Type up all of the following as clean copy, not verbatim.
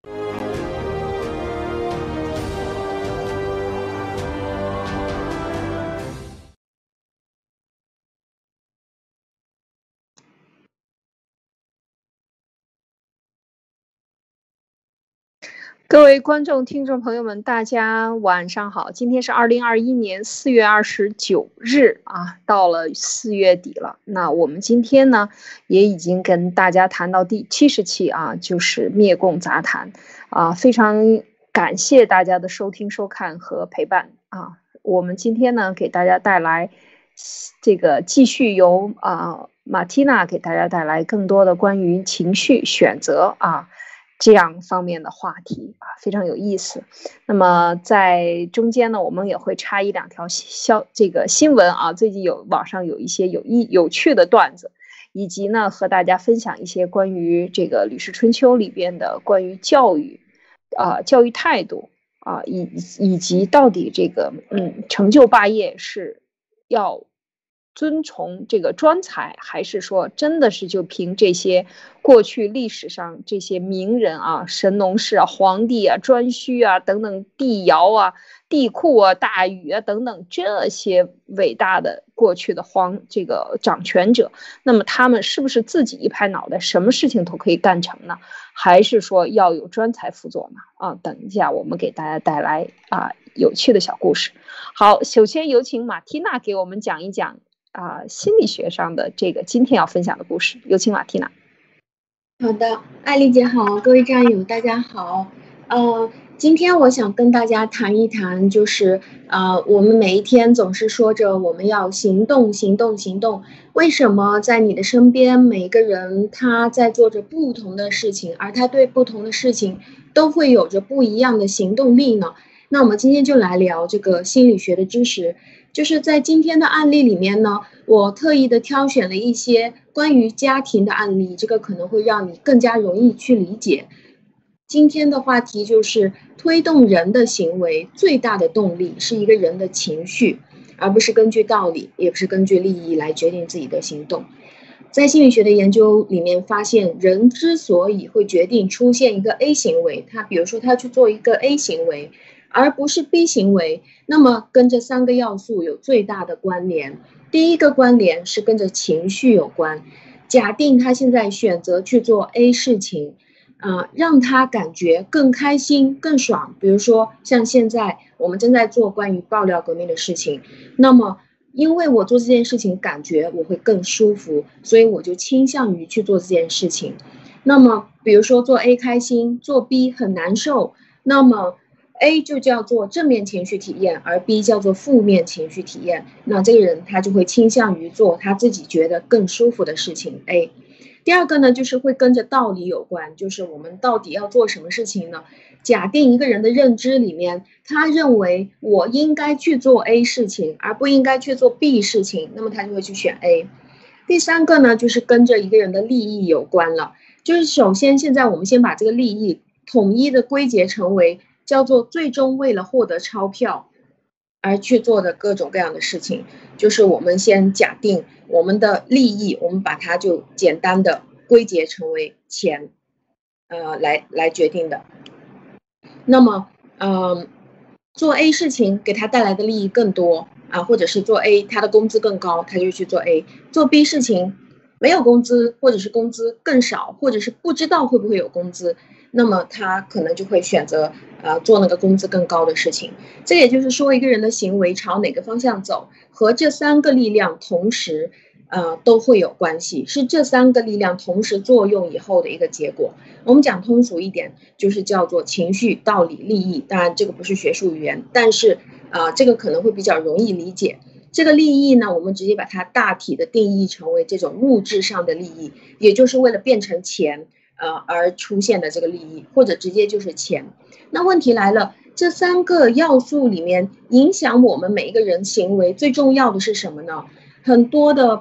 各位观众、听众朋友们，大家晚上好！今天是2021年4月29日啊，到了4月底了。那我们今天呢，也已经跟大家谈到第70期啊，就是灭共杂谈啊，非常感谢大家的收听、收看和陪伴啊。我们今天呢，给大家带来这个继续由马蒂娜给大家带来更多的关于情绪选择啊。这样方面的话题啊，非常有意思。那么在中间呢，我们也会插一两条这个新闻啊，最近网上有一些有趣的段子，以及呢和大家分享一些关于这个《吕氏春秋》里边的关于教育态度啊，以及到底这个成就霸业是要遵从这个专才，还是说真的是就凭这些过去历史上这些名人啊、神农氏啊、皇帝啊、颛顼啊等等、帝尧啊、帝喾啊、大禹啊等等这些伟大的过去的这个掌权者，那么他们是不是自己一拍脑袋，什么事情都可以干成呢？还是说要有专才辅佐呢？啊，等一下我们给大家带来有趣的小故事。好，首先有请马蒂娜给我们讲一讲心理学上的这个今天要分享的故事，有请马蒂娜。 好的，艾丽姐好，各位战友大家好。今天我想跟大家谈一谈，就是我们每一天总是说着我们要行动，行动，行动。为什么在你的身边每一个人他在做着不同的事情，而他对不同的事情都会有着不一样的行动力呢？那我们今天就来聊这个心理学的知识。就是在今天的案例里面呢，我特意的挑选了一些关于家庭的案例，这个可能会让你更加容易去理解。今天的话题就是推动人的行为最大的动力是一个人的情绪，而不是根据道理，也不是根据利益来决定自己的行动。在心理学的研究里面发现，人之所以会决定出现一个 A 行为，比如说他去做一个 A 行为，而不是 B 行为，那么跟这3个要素有最大的关联。第一个关联是跟着情绪有关。假定他现在选择去做 A 事情，让他感觉更开心、更爽。比如说，像现在我们正在做关于爆料革命的事情，那么因为我做这件事情感觉我会更舒服，所以我就倾向于去做这件事情。那么比如说做 A 开心，做 B 很难受，那么 A 就叫做正面情绪体验，而 B 叫做负面情绪体验。那这个人他就会倾向于做他自己觉得更舒服的事情 A。第二个呢，就是会跟着道理有关，就是我们到底要做什么事情呢？假定一个人的认知里面，他认为我应该去做 A 事情，而不应该去做 B 事情，那么他就会去选 A。第三个呢，就是跟着一个人的利益有关了，就是首先现在我们先把这个利益统一的归结成为叫做最终为了获得钞票而去做的各种各样的事情，就是我们先假定我们的利益，我们把它就简单的归结成为钱，来决定的。那么，做 A 事情给他带来的利益更多或者是做 A 他的工资更高，他就去做 A。做 B 事情没有工资，或者是工资更少，或者是不知道会不会有工资，那么他可能就会选择做那个工资更高的事情。这也就是说，一个人的行为朝哪个方向走，和这3个力量同时都会有关系，是这3个力量同时作用以后的一个结果。我们讲通俗一点，就是叫做情绪、道理、利益。当然这个不是学术语言，但是这个可能会比较容易理解。这个利益呢，我们直接把它大体的定义成为这种物质上的利益，也就是为了变成钱而出现的这个利益，或者直接就是钱。那问题来了，这3个要素里面影响我们每一个人行为最重要的是什么呢？很多的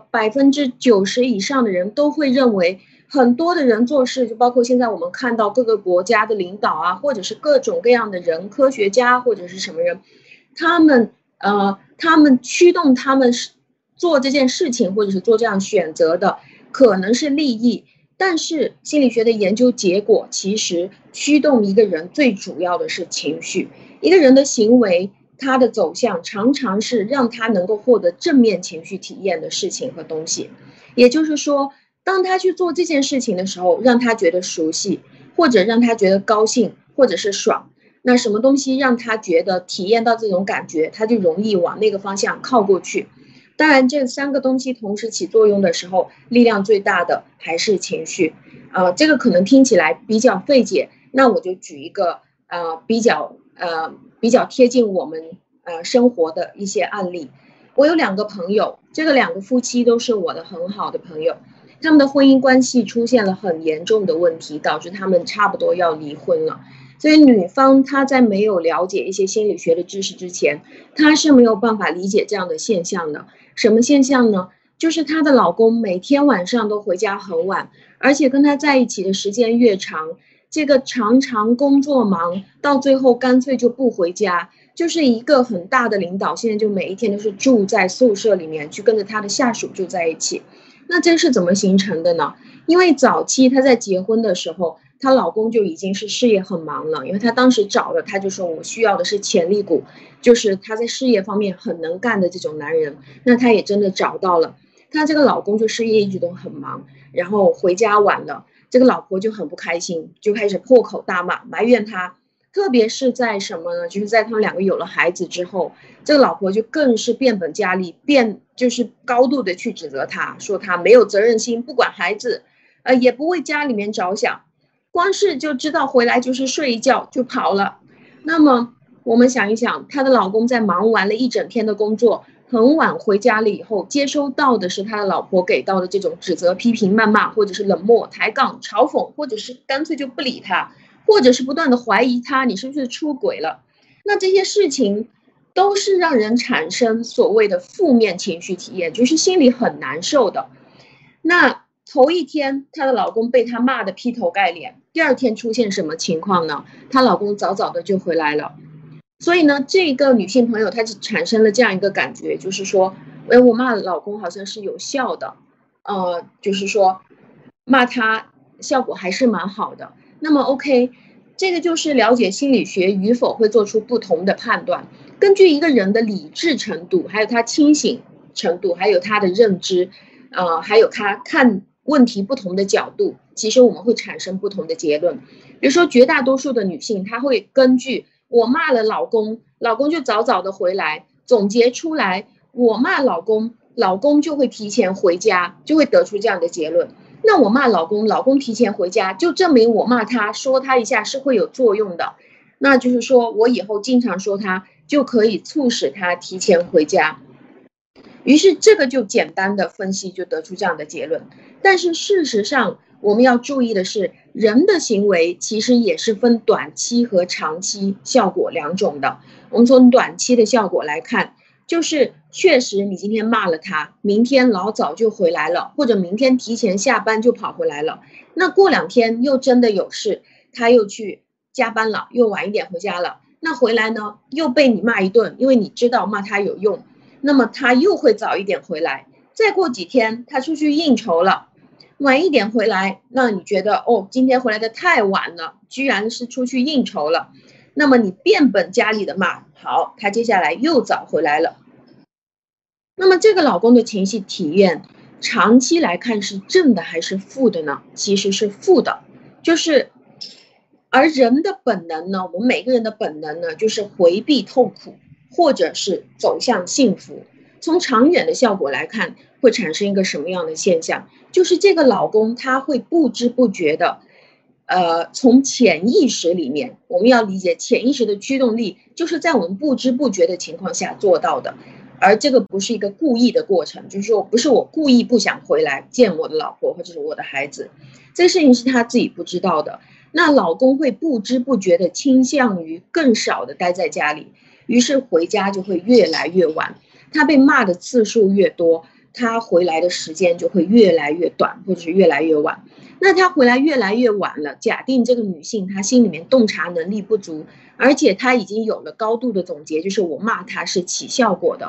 90%以上的人都会认为，很多的人做事，就包括现在我们看到各个国家的领导或者是各种各样的人，科学家或者是什么人，他们驱动他们做这件事情或者是做这样选择的，可能是利益， 但是心理学的研究结果，其实驱动一个人最主要的是情绪。一个人的行为，他的走向常常是让他能够获得正面情绪体验的事情和东西。也就是说，当他去做这件事情的时候，让他觉得熟悉，或者让他觉得高兴，或者是爽，那什么东西让他觉得体验到这种感觉，他就容易往那个方向靠过去。当然，这3个东西同时起作用的时候，力量最大的还是情绪。这个可能听起来比较费解，那我就举一个比较贴近我们生活的一些案例。我有2个朋友，这个2个夫妻都是我的很好的朋友，他们的婚姻关系出现了很严重的问题，导致他们差不多要离婚了。所以女方她在没有了解一些心理学的知识之前，她是没有办法理解这样的现象的。什么现象呢？就是她的老公每天晚上都回家很晚，而且跟她在一起的时间越长，这个常常工作忙，到最后干脆就不回家，就是一个很大的领导，现在就每一天都是住在宿舍里面，去跟着他的下属住在一起。那这是怎么形成的呢？因为早期她在结婚的时候，她老公就已经是事业很忙了，因为她当时找了，她就说我需要的是潜力股，就是她在事业方面很能干的这种男人。那她也真的找到了，她这个老公就事业一直都很忙，然后回家晚了，这个老婆就很不开心，就开始破口大骂，埋怨他。特别是在什么呢？就是在他们2个有了孩子之后，这个老婆就更是变本加厉，就是高度的去指责他，说他没有责任心，不管孩子，也不为家里面着想，光是就知道回来就是睡一觉就跑了。那么我们想一想，她的老公在忙完了一整天的工作，很晚回家了以后，接收到的是他的老婆给到的这种指责、批评、谩骂，或者是冷漠、抬杠、嘲讽，或者是干脆就不理他，或者是不断的怀疑他，你是不是出轨了？那这些事情都是让人产生所谓的负面情绪体验，就是心里很难受的。那头一天她的老公被她骂得劈头盖脸，第2天出现什么情况呢？她老公早早的就回来了。所以呢，这个女性朋友她就产生了这样一个感觉，就是说，我骂老公好像是有效的，就是说骂他效果还是蛮好的。那么 OK， 这个就是了解心理学与否会做出不同的判断。根据一个人的理智程度，还有他清醒程度，还有他的认知，还有他看问题不同的角度，其实我们会产生不同的结论。比如说，绝大多数的女性，她会根据我骂了老公，老公就早早的回来，总结出来我骂老公，老公就会提前回家，就会得出这样的结论。那我骂老公，老公提前回家，就证明我骂他说他一下是会有作用的。那就是说我以后经常说他，就可以促使他提前回家。于是这个就简单的分析就得出这样的结论。但是事实上我们要注意的是，人的行为其实也是分短期和长期效果2种的。我们从短期的效果来看，就是确实你今天骂了他，明天老早就回来了，或者明天提前下班就跑回来了。那过2天又真的有事，他又去加班了，又晚一点回家了。那回来呢，又被你骂一顿，因为你知道骂他有用，那么他又会早一点回来。再过几天他出去应酬了，晚一点回来，那你觉得今天回来的太晚了，居然是出去应酬了，那么你变本加厉的骂，好，他接下来又早回来了。那么这个老公的情绪体验长期来看是正的还是负的呢？其实是负的。而人的本能呢，我们每个人的本能呢，就是回避痛苦，或者是走向幸福。从长远的效果来看，会产生一个什么样的现象？就是这个老公他会不知不觉的从潜意识里面，我们要理解潜意识的驱动力，就是在我们不知不觉的情况下做到的。而这个不是一个故意的过程，就是说不是我故意不想回来见我的老婆或者是我的孩子，这个事情是他自己不知道的。那老公会不知不觉的倾向于更少的待在家里，于是回家就会越来越晚，他被骂的次数越多，他回来的时间就会越来越短，或者是越来越晚。那他回来越来越晚了，假定这个女性她心里面洞察能力不足，而且她已经有了高度的总结，就是我骂她是起效果的，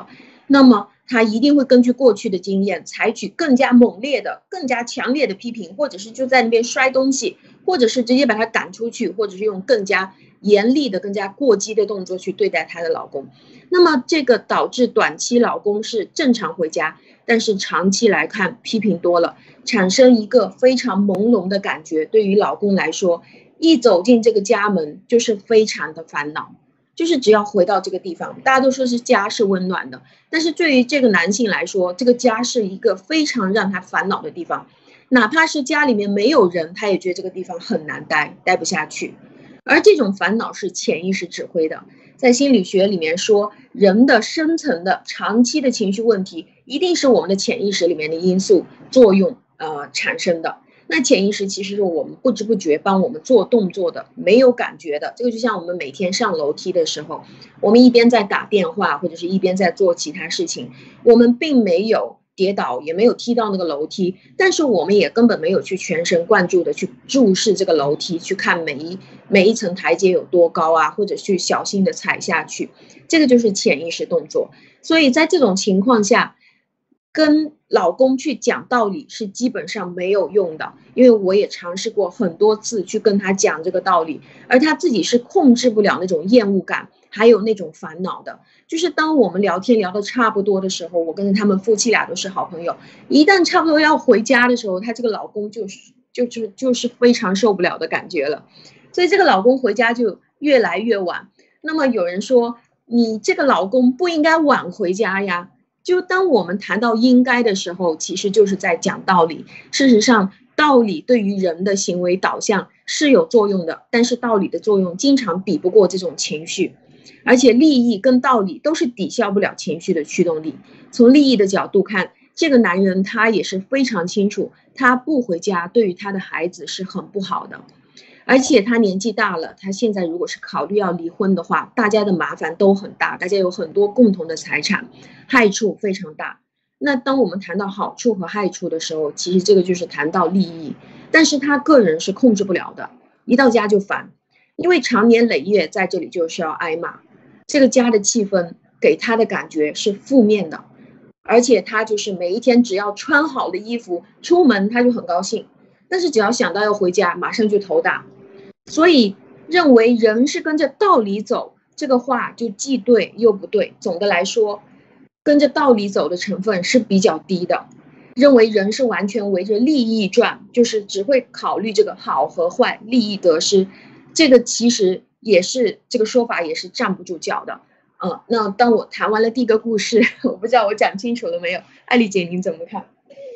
那么他一定会根据过去的经验，采取更加猛烈的、更加强烈的批评，或者是就在那边摔东西，或者是直接把他赶出去，或者是用更加严厉的、更加过激的动作去对待她的老公。那么这个导致短期老公是正常回家，但是长期来看批评多了，产生一个非常朦胧的感觉。对于老公来说，一走进这个家门就是非常的烦恼。就是只要回到这个地方，大家都说是家是温暖的，但是对于这个男性来说，这个家是一个非常让他烦恼的地方。哪怕是家里面没有人，他也觉得这个地方很难待，待不下去。而这种烦恼是潜意识指挥的。在心理学里面说，人的深层的长期的情绪问题，一定是我们的潜意识里面的因素作用产生的。那潜意识其实是我们不知不觉帮我们做动作的，没有感觉的。这个就像我们每天上楼梯的时候，我们一边在打电话，或者是一边在做其他事情，我们并没有跌倒，也没有踢到那个楼梯，但是我们也根本没有去全神贯注的去注视这个楼梯，去看每一层台阶有多高啊，或者去小心的踩下去。这个就是潜意识动作。所以在这种情况下，跟老公去讲道理是基本上没有用的，因为我也尝试过很多次去跟他讲这个道理，而他自己是控制不了那种厌恶感，还有那种烦恼的。就是当我们聊天聊得差不多的时候，我跟他们夫妻俩都是好朋友，一旦差不多要回家的时候，他这个老公就是非常受不了的感觉了，所以这个老公回家就越来越晚。那么有人说，你这个老公不应该晚回家呀。就当我们谈到应该的时候，其实就是在讲道理。事实上，道理对于人的行为导向是有作用的，但是道理的作用经常比不过这种情绪，而且利益跟道理都是抵消不了情绪的驱动力。从利益的角度看，这个男人他也是非常清楚，他不回家对于他的孩子是很不好的。而且他年纪大了，他现在如果是考虑要离婚的话，大家的麻烦都很大，大家有很多共同的财产，害处非常大。那当我们谈到好处和害处的时候，其实这个就是谈到利益，但是他个人是控制不了的，一到家就烦，因为长年累月在这里就是要挨骂，这个家的气氛给他的感觉是负面的，而且他就是每一天只要穿好的衣服出门他就很高兴，但是只要想到要回家马上就头大。所以认为人是跟着道理走，这个话就既对又不对。总的来说，跟着道理走的成分是比较低的。认为人是完全围着利益转，就是只会考虑这个好和坏，利益得失，这个其实也是这个说法也是站不住脚的。那当我谈完了第一个故事，我不知道我讲清楚了没有，艾丽姐您怎么看？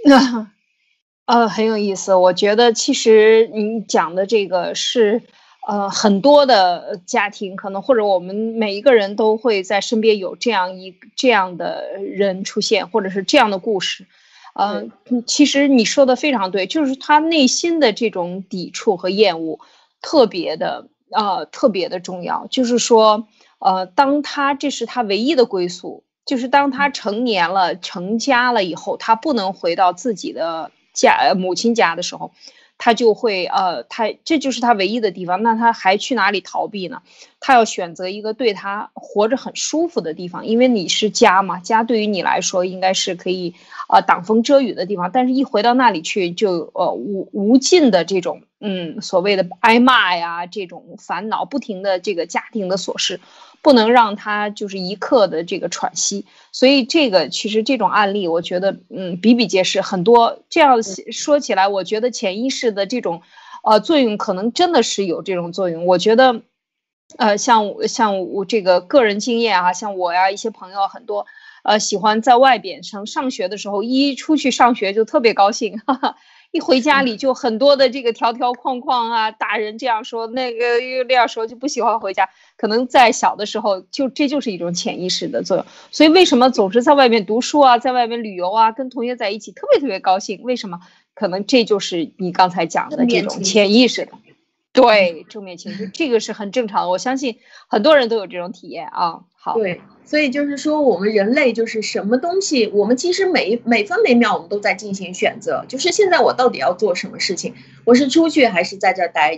很有意思。我觉得其实你讲的这个是，很多的家庭可能或者我们每一个人都会在身边有这样的人出现，或者是这样的故事。其实你说的非常对，就是他内心的这种抵触和厌恶特别的重要。就是说，当这是他唯一的归宿，就是当他成年了、成家了以后，他不能回到自己的母亲家的时候，他就会这就是他唯一的地方，那他还去哪里逃避呢？他要选择一个对他活着很舒服的地方，因为你是家嘛，家对于你来说应该是可以挡风遮雨的地方，但是一回到那里去就无尽的这种所谓的挨骂呀，这种烦恼，不停的这个家庭的琐事，不能让他就是一刻的这个喘息。所以这个其实这种案例我觉得比比皆是，很多。这样说起来，我觉得潜意识的这种作用可能真的是有这种作用。我觉得像我这个个人经验啊，像我呀一些朋友很多喜欢在外边上学的时候，一出去上学就特别高兴，一回家里就很多的这个条条框框啊，大人这样说那样说，就不喜欢回家。可能在小的时候这就是一种潜意识的作用。所以为什么总是在外面读书啊，在外面旅游啊，跟同学在一起特别特别高兴？为什么？可能这就是你刚才讲的这种潜意识的。对，正面情绪，这个是很正常的，我相信很多人都有这种体验啊。好， 对，所以就是说，我们人类就是什么东西，我们其实每分每秒我们都在进行选择，就是现在我到底要做什么事情，我是出去还是在这儿待着？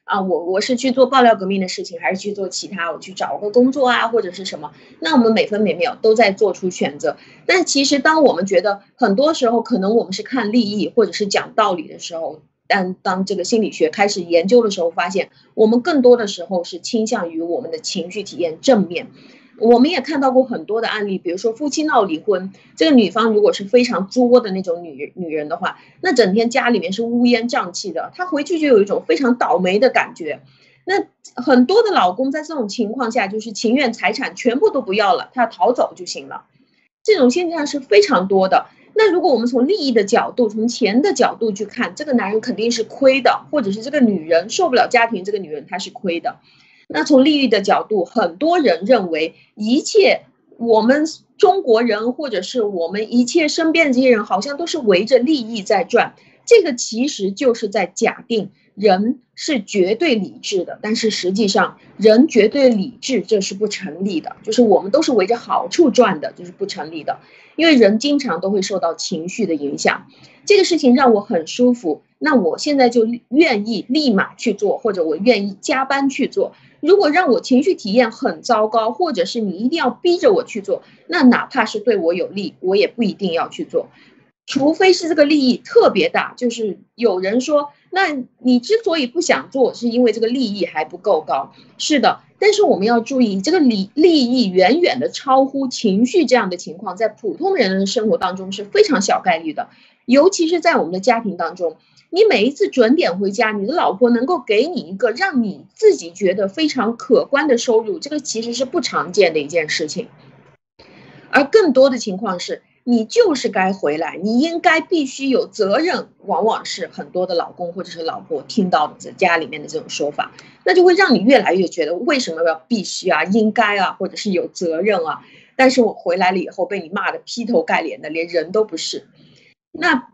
我是去做爆料革命的事情，还是去做其他，我去找个工作啊，或者是什么？那我们每分每秒都在做出选择。但其实当我们觉得很多时候可能我们是看利益或者是讲道理的时候，但当这个心理学开始研究的时候，发现我们更多的时候是倾向于我们的情绪体验正面。我们也看到过很多的案例，比如说夫妻闹离婚，这个女方如果是非常作的那种女人的话，那整天家里面是乌烟瘴气的，她回去就有一种非常倒霉的感觉。那很多的老公在这种情况下，就是情愿财产全部都不要了，他逃走就行了。这种现象是非常多的。那如果我们从利益的角度，从钱的角度去看，这个男人肯定是亏的，或者是这个女人受不了家庭，这个女人她是亏的。那从利益的角度，很多人认为一切我们中国人或者是我们一切身边的这些人好像都是围着利益在转，这个其实就是在假定人是绝对理智的，但是实际上人绝对理智这是不成立的，就是我们都是围着好处转的，这是不成立的，因为人经常都会受到情绪的影响。这个事情让我很舒服，那我现在就愿意立马去做，或者我愿意加班去做。如果让我情绪体验很糟糕，或者是你一定要逼着我去做，那哪怕是对我有利，我也不一定要去做，除非是这个利益特别大。就是有人说，那你之所以不想做，是因为这个利益还不够高。是的，但是我们要注意，这个利益远远的超乎情绪这样的情况，在普通人的生活当中是非常小概率的，尤其是在我们的家庭当中。你每一次准点回家，你的老婆能够给你一个让你自己觉得非常可观的收入，这个其实是不常见的一件事情。而更多的情况是，你就是该回来，你应该必须有责任，往往是很多的老公或者是老婆听到的家里面的这种说法，那就会让你越来越觉得为什么要必须啊，应该啊，或者是有责任啊。但是我回来了以后被你骂得劈头盖脸的，连人都不是。那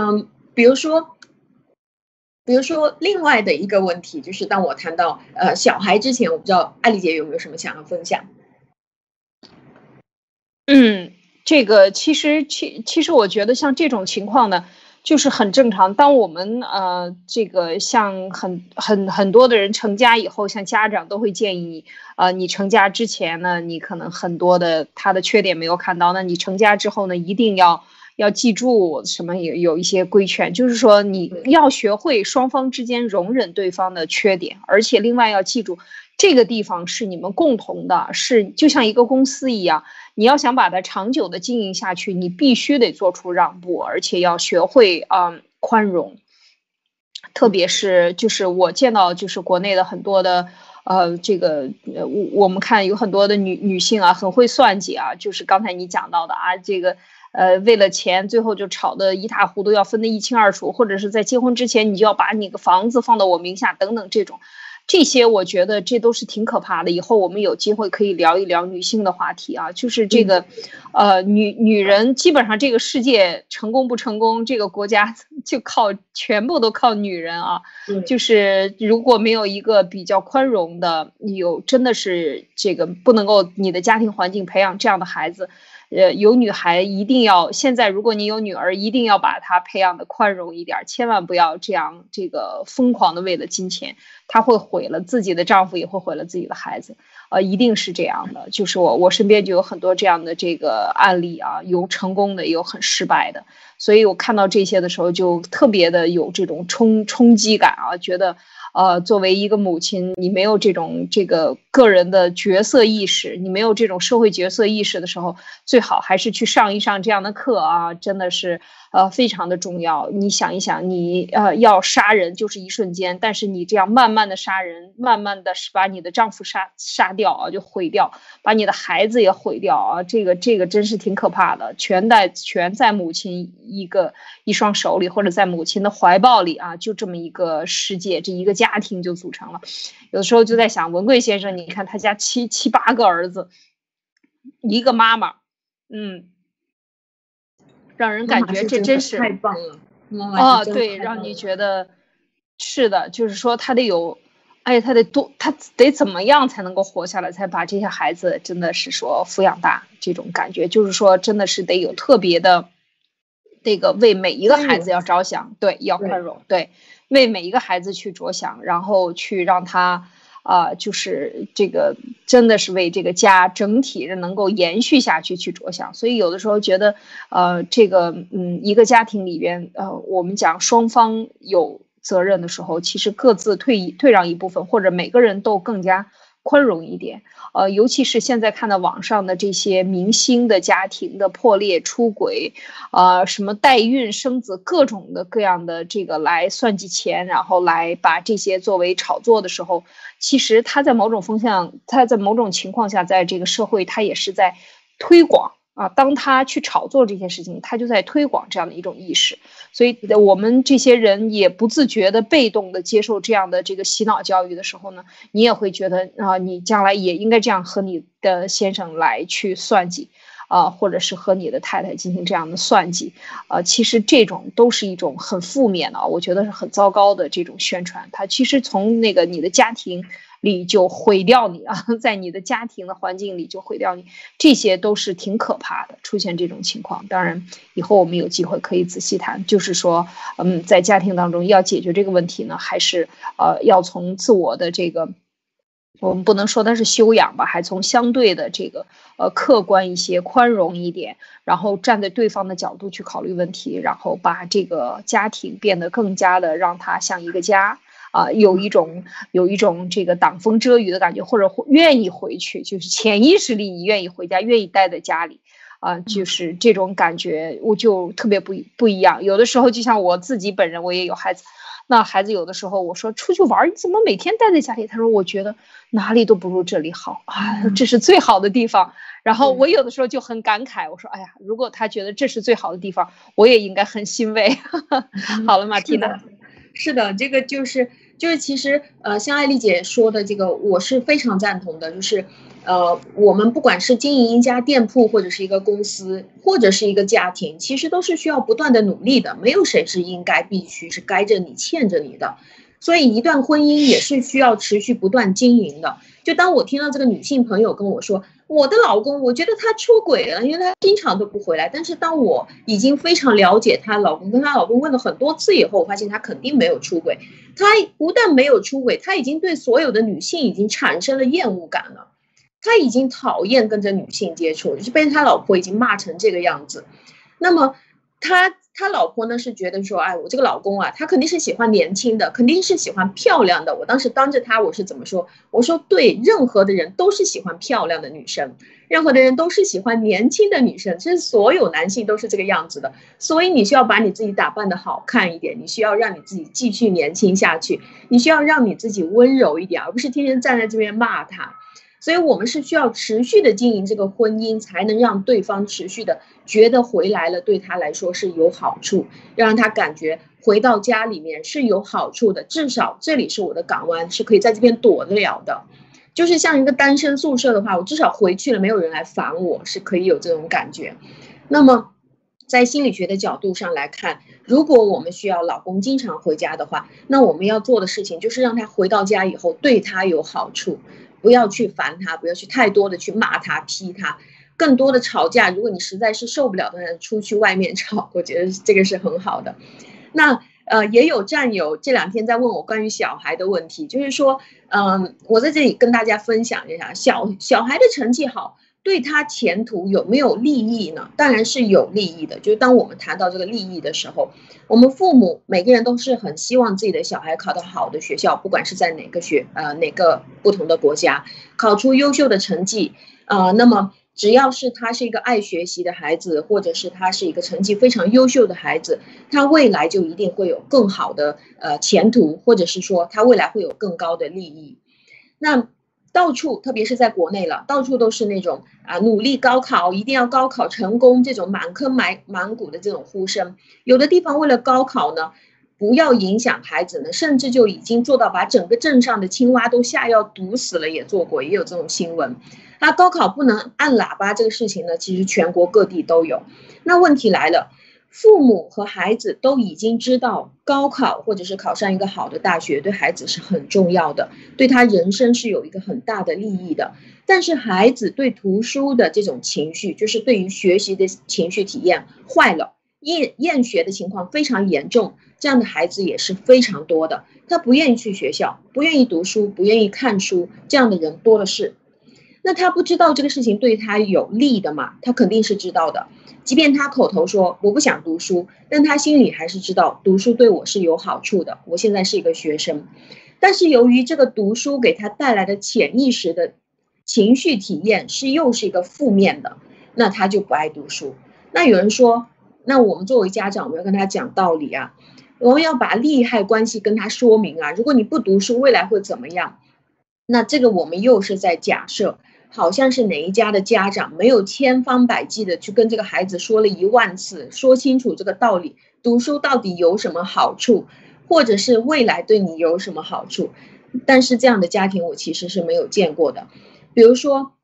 比如说另外的一个问题，就是当我谈到小孩之前，我不知道艾丽姐有没有什么想要分享？ 这个其实我觉得像这种情况呢，就是很正常。当我们这个像很多的人成家以后，像家长都会建议你，你成家之前呢，你可能很多的他的缺点没有看到，那你成家之后呢，一定要记住什么，有一些规劝，就是说你要学会双方之间容忍对方的缺点，而且另外要记住这个地方是你们共同的，是就像一个公司一样，你要想把它长久的经营下去，你必须得做出让步，而且要学会宽容。特别是就是我见到就是国内的很多的我们看有很多的女性啊，很会算计啊，就是刚才你讲到的啊，这个为了钱最后就吵得一塌糊涂，要分得一清二楚，或者是在结婚之前你就要把你个房子放到我名下等等，这些我觉得这都是挺可怕的。以后我们有机会可以聊一聊女性的话题啊，就是这个女人基本上这个世界成功不成功，这个国家就全部都靠女人啊。就是如果没有一个比较宽容的，真的是这个不能够你的家庭环境培养这样的孩子。有女孩一定要，现在如果你有女儿，一定要把她培养的宽容一点，千万不要这样这个疯狂的为了金钱，她会毁了自己的丈夫，也会毁了自己的孩子，一定是这样的。就是我身边就有很多这样的这个案例啊，有成功的，也有很失败的，所以我看到这些的时候就特别的有这种冲击感啊，觉得。作为一个母亲，你没有这个个人的角色意识，你没有这种社会角色意识的时候，最好还是去上一上这样的课啊，真的是非常的重要。你想一想，你要杀人就是一瞬间，但是你这样慢慢的杀人，慢慢的把你的丈夫杀掉啊，就毁掉，把你的孩子也毁掉啊，这个真是挺可怕的，全在母亲一双手里，或者在母亲的怀抱里啊，就这么一个世界，这一个家庭就组成了。有的时候就在想，文贵先生，你看他家七八个儿子，一个妈妈，让人感觉这真是太棒了。 对，让你觉得是的，就是说他得有，他得怎么样才能够活下来，才把这些孩子真的是说抚养大，这种感觉就是说真的是得有特别的这个为每一个孩子要着想，对，要宽容，对。 为每一个孩子去着想，然后去让他就是这个真的是为这个家整体能够延续下去去着想。所以有的时候觉得这个一个家庭里边我们讲双方有责任的时候，其实各自退让一部分，或者每个人都更加宽容一点。尤其是现在看到网上的这些明星的家庭的破裂、出轨，什么代孕、生子，各种的各样的这个来算计钱，然后来把这些作为炒作的时候，其实他在某种情况下，在这个社会他也是在推广。当他去炒作这些事情，他就在推广这样的一种意识，所以我们这些人也不自觉的被动的接受这样的这个洗脑教育的时候呢，你也会觉得你将来也应该这样和你的先生来去算计，或者是和你的太太进行这样的算计，其实这种都是一种很负面的，我觉得是很糟糕的这种宣传，它其实从那个你的家庭里就毁掉你在你的家庭的环境里就毁掉你，这些都是挺可怕的，出现这种情况。当然以后我们有机会可以仔细谈，就是说在家庭当中要解决这个问题呢，还是要从自我的这个，我们不能说它是修养吧，还从相对的这个客观一些、宽容一点，然后站在对方的角度去考虑问题，然后把这个家庭变得更加的让它像一个家。有一种这个挡风遮雨的感觉，或者愿意回去，就是潜意识里你愿意回家，愿意待在家里，就是这种感觉，我就特别不一样。有的时候就像我自己本人，我也有孩子，那孩子有的时候我说出去玩，你怎么每天待在家里？他说我觉得哪里都不如这里好这是最好的地方。然后我有的时候就很感慨，我说哎呀，如果他觉得这是最好的地方，我也应该很欣慰。好了，马蒂娜。 是的，这个就是其实像艾丽姐说的这个，我是非常赞同的。就是我们不管是经营一家店铺，或者是一个公司，或者是一个家庭，其实都是需要不断的努力的，没有谁是应该必须是该着你欠着你的。所以一段婚姻也是需要持续不断经营的。就当我听到这个女性朋友跟我说，我的老公，我觉得他出轨了，因为他经常都不回来。但是当我已经非常了解她老公，跟她老公问了很多次以后，我发现他肯定没有出轨。他不但没有出轨，他已经对所有的女性已经产生了厌恶感了。他已经讨厌跟着女性接触，就是被他老婆已经骂成这个样子。那么他老婆呢是觉得说，哎，我这个老公啊，他肯定是喜欢年轻的，肯定是喜欢漂亮的。我当时当着他，我是怎么说？我说对，任何的人都是喜欢漂亮的女生，任何的人都是喜欢年轻的女生，其实所有男性都是这个样子的。所以你需要把你自己打扮得好看一点，你需要让你自己继续年轻下去，你需要让你自己温柔一点，而不是天天站在这边骂他。所以我们是需要持续的经营这个婚姻，才能让对方持续的觉得回来了对他来说是有好处，让他感觉回到家里面是有好处的，至少这里是我的港湾，是可以在这边躲得了的。就是像一个单身宿舍的话，我至少回去了没有人来烦我，是可以有这种感觉。那么在心理学的角度上来看，如果我们需要老公经常回家的话，那我们要做的事情就是让他回到家以后对他有好处，不要去烦他，不要去太多的去骂他批他，更多的吵架，如果你实在是受不了的人出去外面吵，我觉得这个是很好的。那也有战友这两天在问我关于小孩的问题，就是说我在这里跟大家分享一下，小孩的成绩好对他前途有没有利益呢？当然是有利益的。就是当我们谈到这个利益的时候，我们父母每个人都是很希望自己的小孩考得好的学校，不管是在哪个不同的国家，考出优秀的成绩。那么只要是他是一个爱学习的孩子，或者是他是一个成绩非常优秀的孩子，他未来就一定会有更好的前途，或者是说他未来会有更高的利益。那到处，特别是在国内了，到处都是那种努力高考，一定要高考成功，这种满坑满谷的这种呼声。有的地方为了高考呢，不要影响孩子呢，甚至就已经做到把整个镇上的青蛙都下药毒死了，也做过，也有这种新闻。高考不能按喇叭这个事情呢，其实全国各地都有。那问题来了，父母和孩子都已经知道高考或者是考上一个好的大学对孩子是很重要的，对他人生是有一个很大的利益的。但是孩子对读书的这种情绪，就是对于学习的情绪体验坏了，厌学的情况非常严重， 这样的孩子也是非常多的。他不愿意去学校，不愿意读书，不愿意看书，这样的人多的是。那他不知道这个事情对他有利的嘛？他肯定是知道的。即便他口头说我不想读书，但他心里还是知道读书对我是有好处的。我现在是一个学生，但是由于这个读书给他带来的潜意识的情绪体验又是一个负面的，那他就不爱读书。那有人说，那我们作为家长，我们要跟他讲道理啊，我们要把利害关系跟他说明啊。如果你不读书，未来会怎么样？那这个我们又是在假设，好像是哪一家的家长没有千方百计的去跟这个孩子说了10000次，说清楚这个道理，读书到底有什么好处，或者是未来对你有什么好处。但是这样的家庭我其实是没有见过的。比如说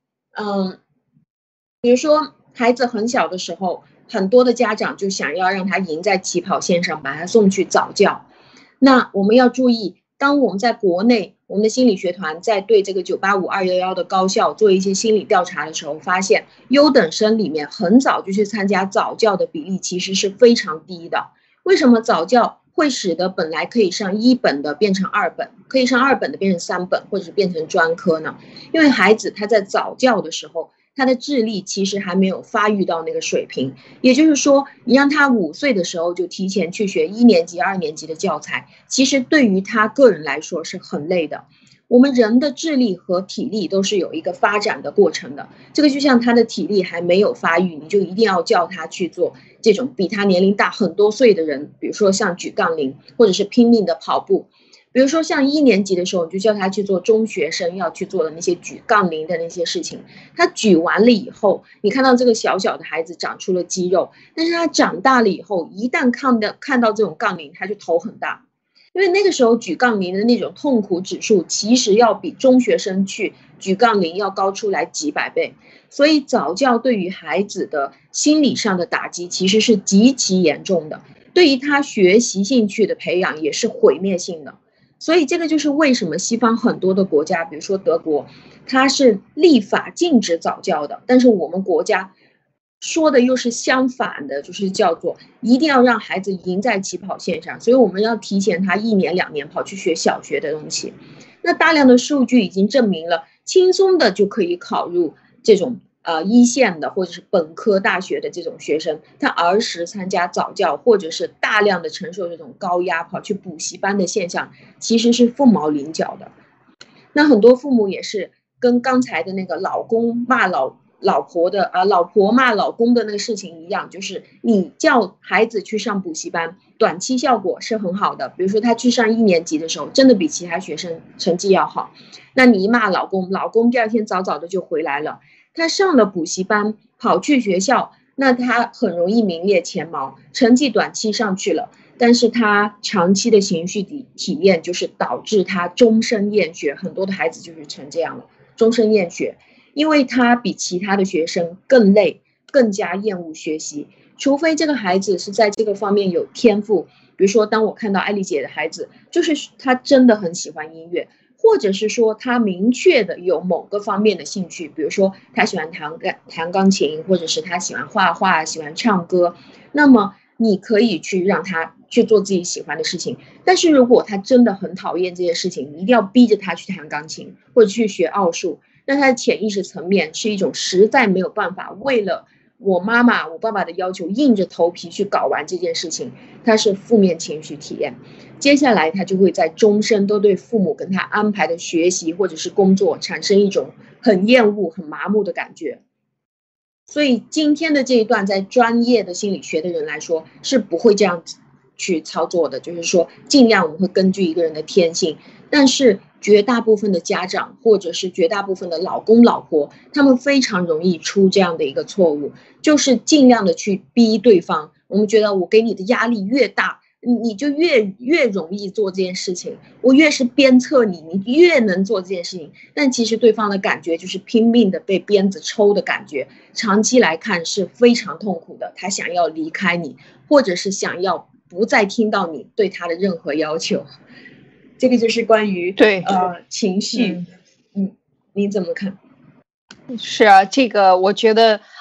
孩子很小的时候，很多的家长就想要让他赢在起跑线上，把他送去早教。那我们要注意，当我们在国内，我们的心理学团在对这个985、211的高校做一些心理调查的时候，发现优等生里面很早就去参加早教的比例其实是非常低的。为什么早教会使得本来可以上1本的变成2本，可以上2本的变成3本，或者是变成专科呢？因为孩子他在早教的时候，他的智力其实还没有发育到那个水平，也就是说，你让他5岁的时候就提前去学1年级、2年级的教材，其实对于他个人来说是很累的。我们人的智力和体力都是有一个发展的过程的，这个就像他的体力还没有发育，你就一定要叫他去做这种比他年龄大很多岁的人，比如说像举杠铃，或者是拼命的跑步。比如说像1年级的时候，你就叫他去做中学生要去做的那些举杠铃的那些事情。他举完了以后，你看到这个小小的孩子长出了肌肉，但是他长大了以后，一旦看到这种杠铃，他就头很大。因为那个时候举杠铃的那种痛苦指数，其实要比中学生去举杠铃要高出来几百倍。所以早教对于孩子的心理上的打击其实是极其严重的，对于他学习兴趣的培养也是毁灭性的。所以这个就是为什么西方很多的国家，比如说德国，它是立法禁止早教的，但是我们国家说的又是相反的，就是叫做一定要让孩子赢在起跑线上，所以我们要提前他1年2年跑去学小学的东西。那大量的数据已经证明了，轻松的就可以考入这种1线的或者是本科大学的这种学生，他儿时参加早教或者是大量的承受这种高压跑去补习班的现象，其实是凤毛麟角的。那很多父母也是跟刚才的那个老公骂老婆骂老公的那个事情一样，就是你叫孩子去上补习班，短期效果是很好的，比如说他去上1年级的时候，真的比其他学生成绩要好。那你一骂老公第2天早早的就回来了。他上了补习班，跑去学校，那他很容易名列前茅，成绩短期上去了，但是他长期的情绪体验就是导致他终身厌学，很多的孩子就是成这样了，终身厌学，因为他比其他的学生更累，更加厌恶学习，除非这个孩子是在这个方面有天赋。比如说当我看到艾丽姐的孩子，就是他真的很喜欢音乐，或者是说他明确的有某个方面的兴趣，比如说他喜欢弹钢琴，或者是他喜欢画画，喜欢唱歌，那么你可以去让他去做自己喜欢的事情。但是如果他真的很讨厌这些事情，你一定要逼着他去弹钢琴或者去学奥数，那他的潜意识层面是一种实在没有办法为了我妈妈我爸爸的要求硬着头皮去搞完这件事情，他是负面情绪体验。接下来他就会在终身都对父母跟他安排的学习或者是工作产生一种很厌恶很麻木的感觉。所以今天的这一段在专业的心理学的人来说是不会这样去操作的，就是说尽量我们会根据一个人的天性，但是绝大部分的家长或者是绝大部分的老公老婆，他们非常容易出这样的一个错误，就是尽量的去逼对方。我们觉得我给你的压力越大，你就越容易做这件事情，我越是鞭策你，你越能做这件事情。但其实对方的感觉就是拼命的被鞭子抽的感觉，长期来看是非常痛苦的。他想要离开你，或者是想要不再听到你对他的任何要求。这个就是关于情绪，你怎么看？ 是啊，这个我觉得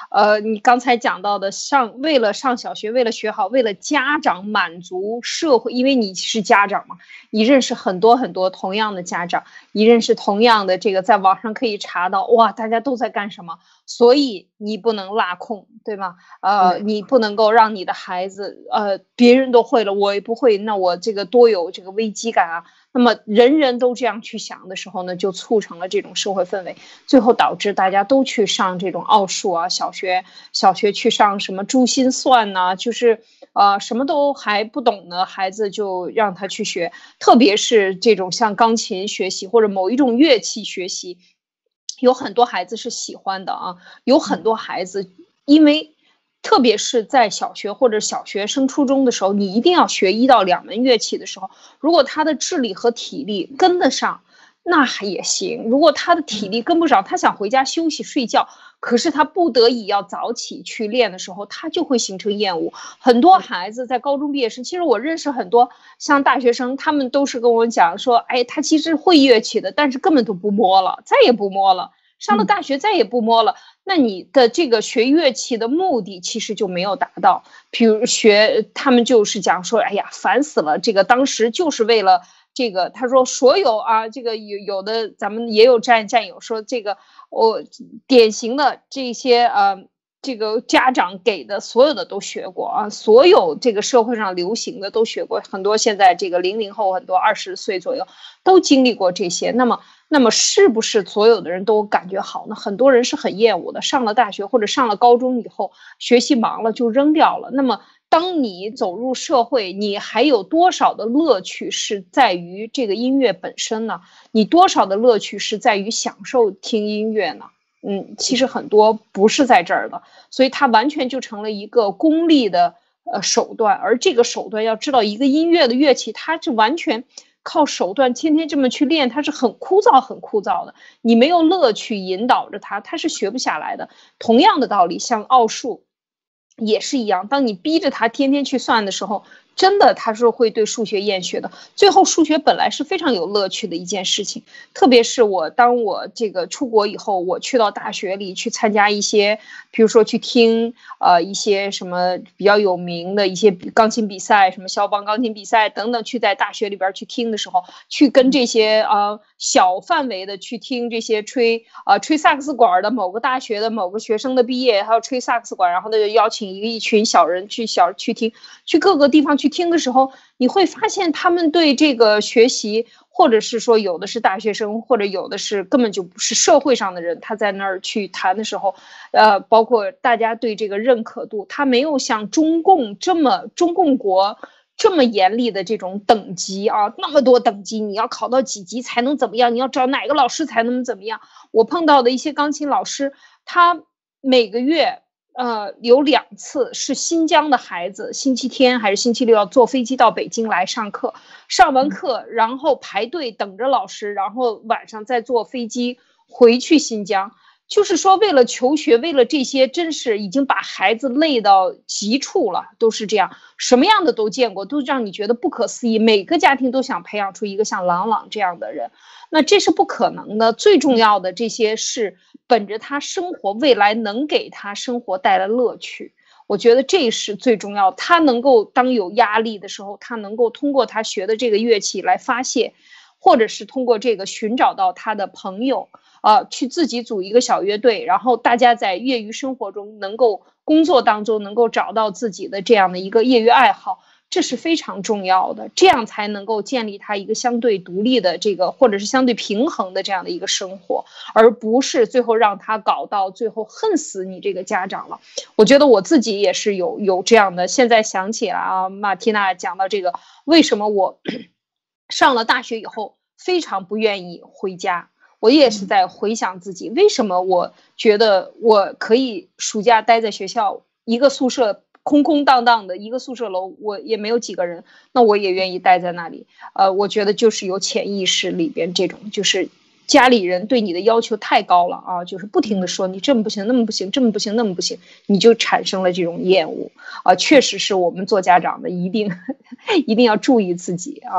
你刚才讲到的为了上小学，为了学好，为了家长满足社会，因为你是家长嘛，你认识很多很多同样的家长，你认识同样的这个，在网上可以查到，哇，大家都在干什么，所以你不能落空，对吗？你不能够让你的孩子，别人都会了，我也不会，那我这个多有这个危机感啊。那么人人都这样去想的时候呢，就促成了这种社会氛围，最后导致大家都去上这种奥数啊，小学去上什么珠心算呐，就是什么都还不懂的孩子就让他去学，特别是这种像钢琴学习或者某一种乐器学习，有很多孩子是喜欢的啊，有很多孩子因为。特别是在小学或者小学升初中的时候，你一定要学1到2门乐器的时候，如果他的智力和体力跟得上，那也行。如果他的体力跟不上，他想回家休息睡觉，可是他不得已要早起去练的时候，他就会形成厌恶。很多孩子在高中毕业时，其实我认识很多像大学生，他们都是跟我讲说，哎，他其实会乐器的，但是根本都不摸了，再也不摸了。上了大学再也不摸了，那你的这个学乐器的目的其实就没有达到。比如他们就是讲说，哎呀，烦死了，这个当时就是为了这个，他说所有啊，这个有的咱们也有战友说，这个典型的这些这个家长给的所有的都学过啊，所有这个社会上流行的都学过，很多现在这个00后很多20岁左右都经历过这些。那么是不是所有的人都感觉好呢？很多人是很厌恶的，上了大学或者上了高中以后，学习忙了就扔掉了。那么当你走入社会，你还有多少的乐趣是在于这个音乐本身呢？你多少的乐趣是在于享受听音乐呢？其实很多不是在这儿的，所以它完全就成了一个功利的手段，而这个手段要知道，一个音乐的乐器，它是完全靠手段，天天这么去练，它是很枯燥的。你没有乐趣引导着它，它是学不下来的。同样的道理，像奥数也是一样，当你逼着他天天去算的时候，真的他是会对数学厌学的。最后数学本来是非常有乐趣的一件事情，特别是当我这个出国以后，我去到大学里去参加一些，比如说去听一些什么比较有名的一些钢琴比赛，什么肖邦钢琴比赛等等，去在大学里边去听的时候，去跟这些小范围的去听这些吹萨克斯管的某个大学的某个学生的毕业，还有吹萨克斯管，然后呢就邀请一群小人去听，去各个地方去听的时候，你会发现他们对这个学习，或者是说有的是大学生，或者有的是根本就不是社会上的人，他在那儿去谈的时候，包括大家对这个认可度，他没有像中共国这么严厉的这种等级啊，那么多等级，你要考到几级才能怎么样？你要找哪个老师才能怎么样？我碰到的一些钢琴老师，他每个月有2次是新疆的孩子，星期天还是星期六要坐飞机到北京来上课，上完课然后排队等着老师，然后晚上再坐飞机回去新疆。就是说为了求学，为了这些，真是已经把孩子累到极处了，都是这样，什么样的都见过，都让你觉得不可思议。每个家庭都想培养出一个像郎这样的人，那这是不可能的。最重要的这些是本着他生活未来能给他生活带来乐趣，我觉得这是最重要的。他能够当有压力的时候，他能够通过他学的这个乐器来发泄，或者是通过这个寻找到他的朋友。去自己组一个小乐队，然后大家在业余生活中能够工作当中能够找到自己的这样的一个业余爱好，这是非常重要的，这样才能够建立他一个相对独立的这个或者是相对平衡的这样的一个生活，而不是最后让他搞到最后恨死你这个家长了。我觉得我自己也是有这样的，现在想起来啊，马缇娜讲到这个，为什么我上了大学以后非常不愿意回家。我也是在回想自己，为什么我觉得我可以暑假待在学校，一个宿舍空空荡荡的一个宿舍楼，我也没有几个人，那我也愿意待在那里。我觉得就是有潜意识里边这种，就是家里人对你的要求太高了啊，就是不停的说你这么不行，那么不行，这么不行，那么不行，你就产生了这种厌恶啊。确实是我们做家长的一定要注意自己啊。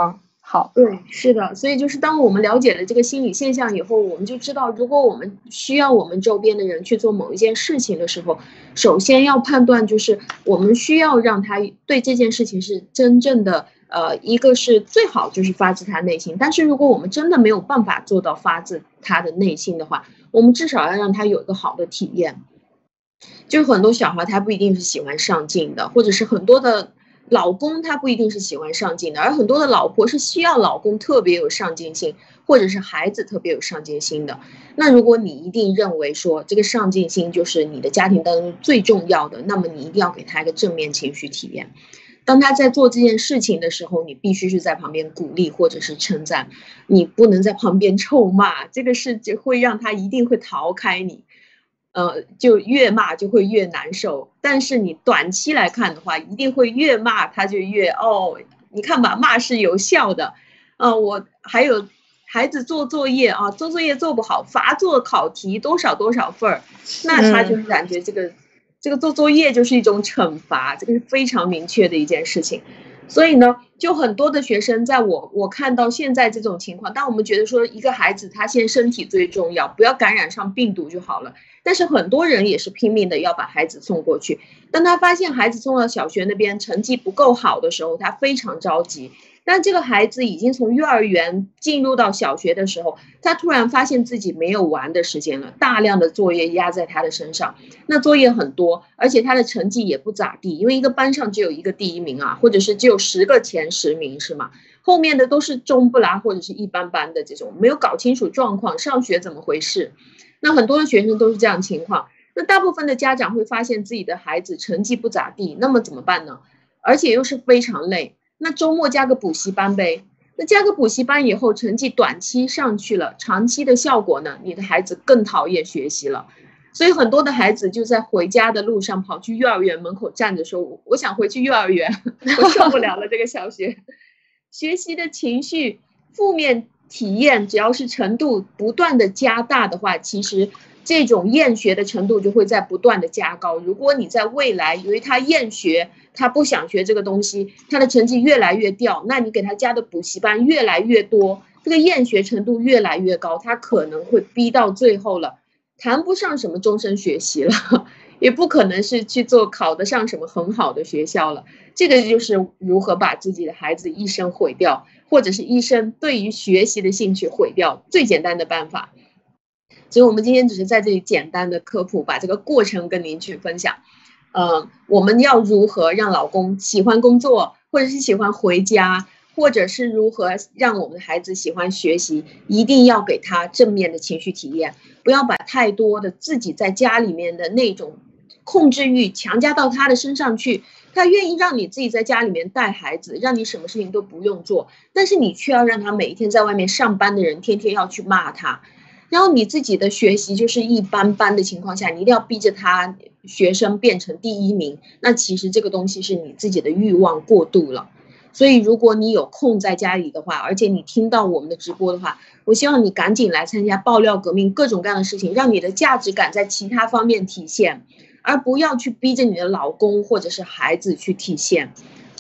好， 对，是的，所以就是当我们了解了这个心理现象以后，我们就知道，如果我们需要我们周边的人去做某一件事情的时候，首先要判断就是我们需要让他对这件事情是真正的，一个是最好就是发自他内心，但是如果我们真的没有办法做到发自他的内心的话，我们至少要让他有一个好的体验。就是很多小孩他不一定是喜欢上进的，或者是很多的老公他不一定是喜欢上进的，而很多的老婆是需要老公特别有上进心，或者是孩子特别有上进心的。那如果你一定认为说这个上进心就是你的家庭当中最重要的，那么你一定要给他一个正面情绪体验。当他在做这件事情的时候，你必须是在旁边鼓励或者是称赞，你不能在旁边臭骂，这个是就会让他一定会逃开你。就越骂就会越难受，但是你短期来看的话，一定会越骂他就越你看吧，骂是有效的。我还有孩子做作业啊，做作业做不好，罚做考题多少多少份儿，那他就是感觉这个做作业就是一种惩罚，这个是非常明确的一件事情。所以呢，就很多的学生在我看到现在这种情况，当我们觉得说一个孩子他现在身体最重要，不要感染上病毒就好了。但是很多人也是拼命的要把孩子送过去。当他发现孩子送到小学那边成绩不够好的时候，他非常着急。但这个孩子已经从幼儿园进入到小学的时候，他突然发现自己没有玩的时间了，大量的作业压在他的身上，那作业很多，而且他的成绩也不咋地，因为一个班上只有一个第一名啊，或者是只有10个前10名是吗？后面的都是中不拉或者是一般般的这种，没有搞清楚状况，上学怎么回事？那很多的学生都是这样情况，那大部分的家长会发现自己的孩子成绩不咋地，那么怎么办呢？而且又是非常累，那周末加个补习班呗。那加个补习班以后，成绩短期上去了，长期的效果呢，你的孩子更讨厌学习了。所以很多的孩子就在回家的路上跑去幼儿园门口站着说，我想回去幼儿园，我受不了了这个小学。学习的情绪负面体验只要是程度不断的加大的话，其实这种厌学的程度就会在不断的加高。如果你在未来由于他厌学，他不想学这个东西，他的成绩越来越掉，那你给他加的补习班越来越多，这个厌学程度越来越高，他可能会逼到最后了，谈不上什么终身学习了，也不可能是去做考得上什么很好的学校了。这个就是如何把自己的孩子一生毁掉，或者是一生对于学习的兴趣毁掉，最简单的办法。所以我们今天只是在这里简单的科普，把这个过程跟您去分享。我们要如何让老公喜欢工作，或者是喜欢回家，或者是如何让我们的孩子喜欢学习，一定要给他正面的情绪体验，不要把太多的自己在家里面的那种控制欲强加到他的身上去。他愿意让你自己在家里面带孩子，让你什么事情都不用做，但是你却要让他每一天在外面上班的人天天要去骂他，然后你自己的学习就是一般般的情况下，你一定要逼着他学生变成第一名，那其实这个东西是你自己的欲望过度了。所以如果你有空在家里的话，而且你听到我们的直播的话，我希望你赶紧来参加爆料革命，各种各样的事情，让你的价值感在其他方面体现，而不要去逼着你的老公或者是孩子去体现。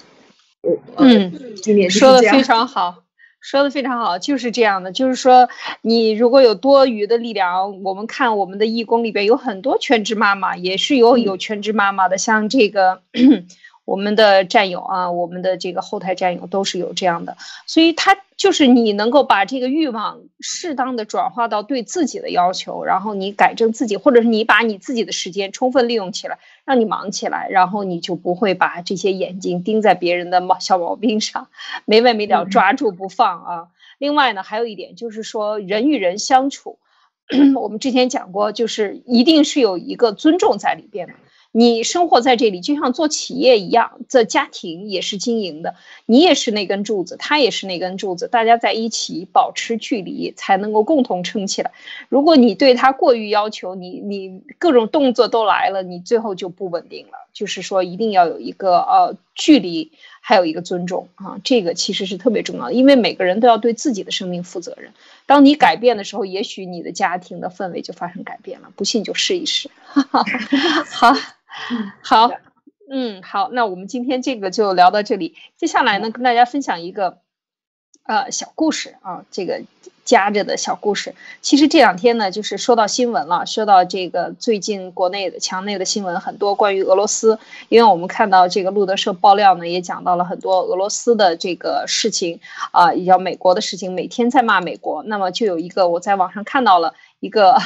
说的非常好，说的非常好，就是这样的。就是说，你如果有多余的力量，我们看我们的义工里边有很多全职妈妈，也是有全职妈妈的，像这个我们的战友啊，我们的这个后台战友都是有这样的。所以他就是你能够把这个欲望适当的转化到对自己的要求，然后你改正自己，或者是你把你自己的时间充分利用起来，让你忙起来，然后你就不会把这些眼睛盯在别人的小毛病上，没完没了抓住不放啊。另外呢，还有一点就是说，人与人相处，我们之前讲过，就是一定是有一个尊重在里边的。你生活在这里，就像做企业一样，这家庭也是经营的，你也是那根柱子，他也是那根柱子，大家在一起保持距离，才能够共同撑起来。如果你对他过于要求，你各种动作都来了，你最后就不稳定了。就是说，一定要有一个距离，还有一个尊重啊，这个其实是特别重要的，因为每个人都要对自己的生命负责任。当你改变的时候，也许你的家庭的氛围就发生改变了，不信就试一试。好。好，好，那我们今天这个就聊到这里。接下来呢，跟大家分享一个小故事啊，这个夹着的小故事。其实这两天呢，就是说到新闻了，说到这个最近国内的墙内的新闻很多关于俄罗斯，因为我们看到这个路德社爆料呢，也讲到了很多俄罗斯的这个事情啊，也叫美国的事情，每天在骂美国。那么就有一个我在网上看到了一个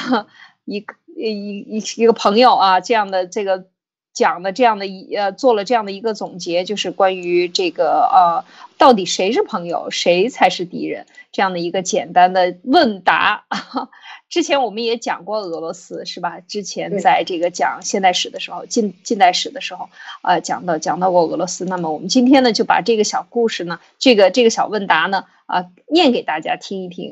一个朋友啊，这样的这个。讲的这样的做了这样的一个总结，就是关于这个到底谁是朋友，谁才是敌人，这样的一个简单的问答。之前我们也讲过俄罗斯，是吧？之前在这个讲现代史的时候，近代史的时候，讲到过俄罗斯。那么我们今天呢，就把这个小故事呢，这个小问答呢，念给大家听一听。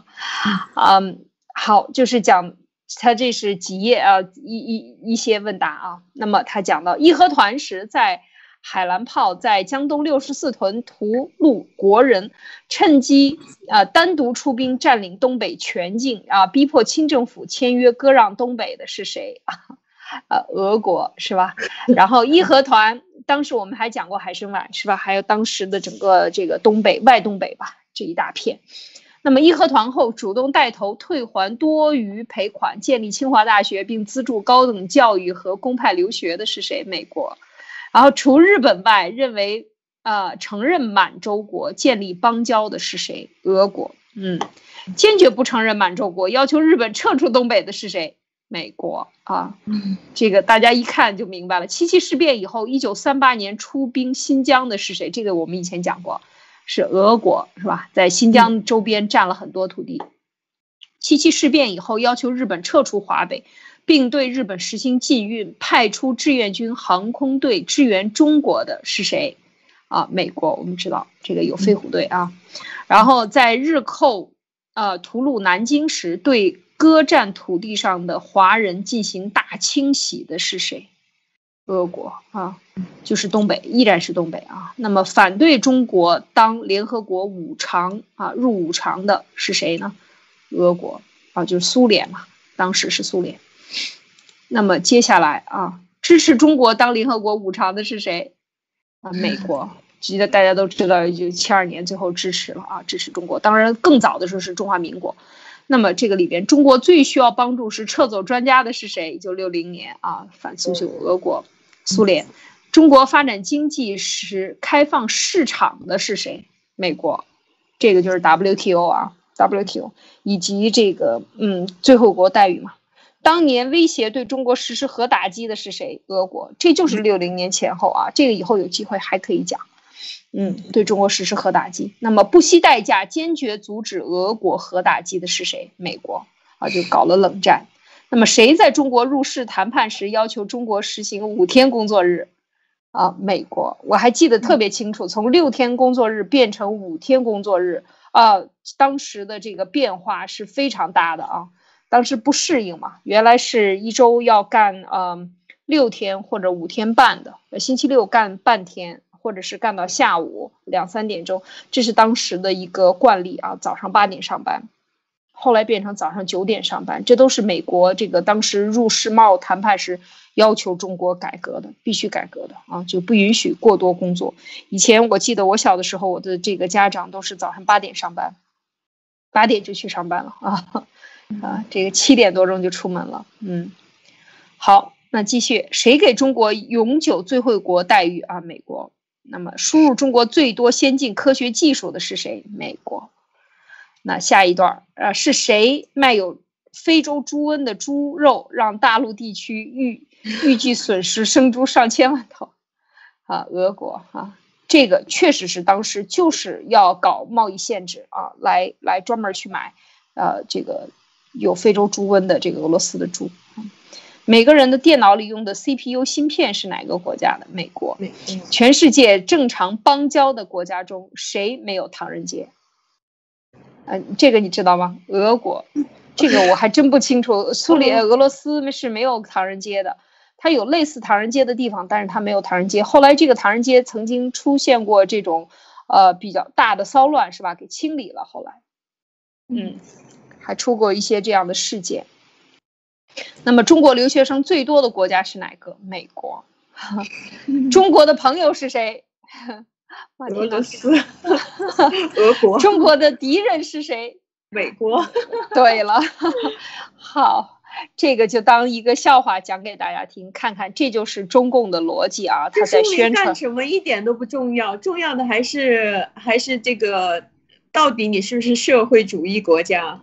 好，就是讲。他这是几页啊？一些问答啊。那么他讲到义和团时，在海兰炮在江东64屯屠戮国人，趁机单独出兵占领东北全境啊，逼迫清政府签约割让东北的是谁啊？俄国是吧？然后义和团当时我们还讲过海参崴是吧？还有当时的整个这个东北外东北吧这一大片。那么义和团后主动带头退还多余赔款，建立清华大学，并资助高等教育和公派留学的是谁？美国。然后除日本外，认为承认满洲国，建立邦交的是谁？俄国。坚决不承认满洲国，要求日本撤出东北的是谁？美国啊。这个大家一看就明白了。七七事变以后，1938年出兵新疆的是谁？这个我们以前讲过。是俄国是吧？在新疆周边占了很多土地。七七事变以后，要求日本撤出华北，并对日本实行禁运，派出志愿军航空队支援中国的是谁？美国。我们知道这个有飞虎队啊。然后在日寇屠戮南京时，对割占土地上的华人进行大清洗的是谁？俄国啊，就是东北，依然是东北啊。那么反对中国当联合国五常入五常的是谁呢？俄国啊，就是苏联嘛，当时是苏联。那么接下来支持中国当联合国五常的是谁？美国。记得大家都知道，就72年最后支持了支持中国。当然更早的时候是中华民国。那么这个里边，中国最需要帮助是撤走专家的是谁？1960年反苏修俄国、苏联。中国发展经济时开放市场的是谁？美国。这个就是 WTO 以及这个最惠国待遇嘛。当年威胁对中国实施核打击的是谁？俄国。这就是60年前后这个以后有机会还可以讲。对中国实施核打击。那么不惜代价坚决阻止俄国核打击的是谁？美国就搞了冷战。那么谁在中国入世谈判时要求中国实行5天工作日？美国。我还记得特别清楚，从6天工作日变成5天工作日当时的这个变化是非常大的当时不适应嘛，原来是一周要干6天或者5天半的，星期六干半天，或者是干到下午2、3点钟，这是当时的一个惯例早上8点上班，后来变成早上9点上班，这都是美国这个当时入世贸谈判时要求中国改革的，必须改革的就不允许过多工作。以前我记得我小的时候，我的这个家长都是早上8点上班，8点就去上班了这个7点多钟就出门了。好，那继续，谁给中国永久最惠国待遇美国。那么输入中国最多先进科学技术的是谁？美国。那下一段是谁卖有非洲猪瘟的猪肉，让大陆地区预计损失生猪上千万头？俄国这个确实是当时就是要搞贸易限制来专门去买这个有非洲猪瘟的这个俄罗斯的猪。每个人的电脑里用的 CPU 芯片是哪个国家的？美国。全世界正常邦交的国家中，谁没有唐人街？这个你知道吗？俄国。这个我还真不清楚。俄罗斯是没有唐人街的，它有类似唐人街的地方，但是它没有唐人街。后来这个唐人街曾经出现过这种比较大的骚乱，是吧？给清理了。后来，还出过一些这样的事件。那么中国留学生最多的国家是哪个？美国。中国的朋友是谁？ 马俄婷老师， 罗斯、俄国、 中国的敌人是谁？ 美国。 对了，好，这个就当一个笑话讲给大家听，看看这就是中共的逻辑啊，他在宣传干什么一点都不重要，重要的还是这个，到底你是不是社会主义国家？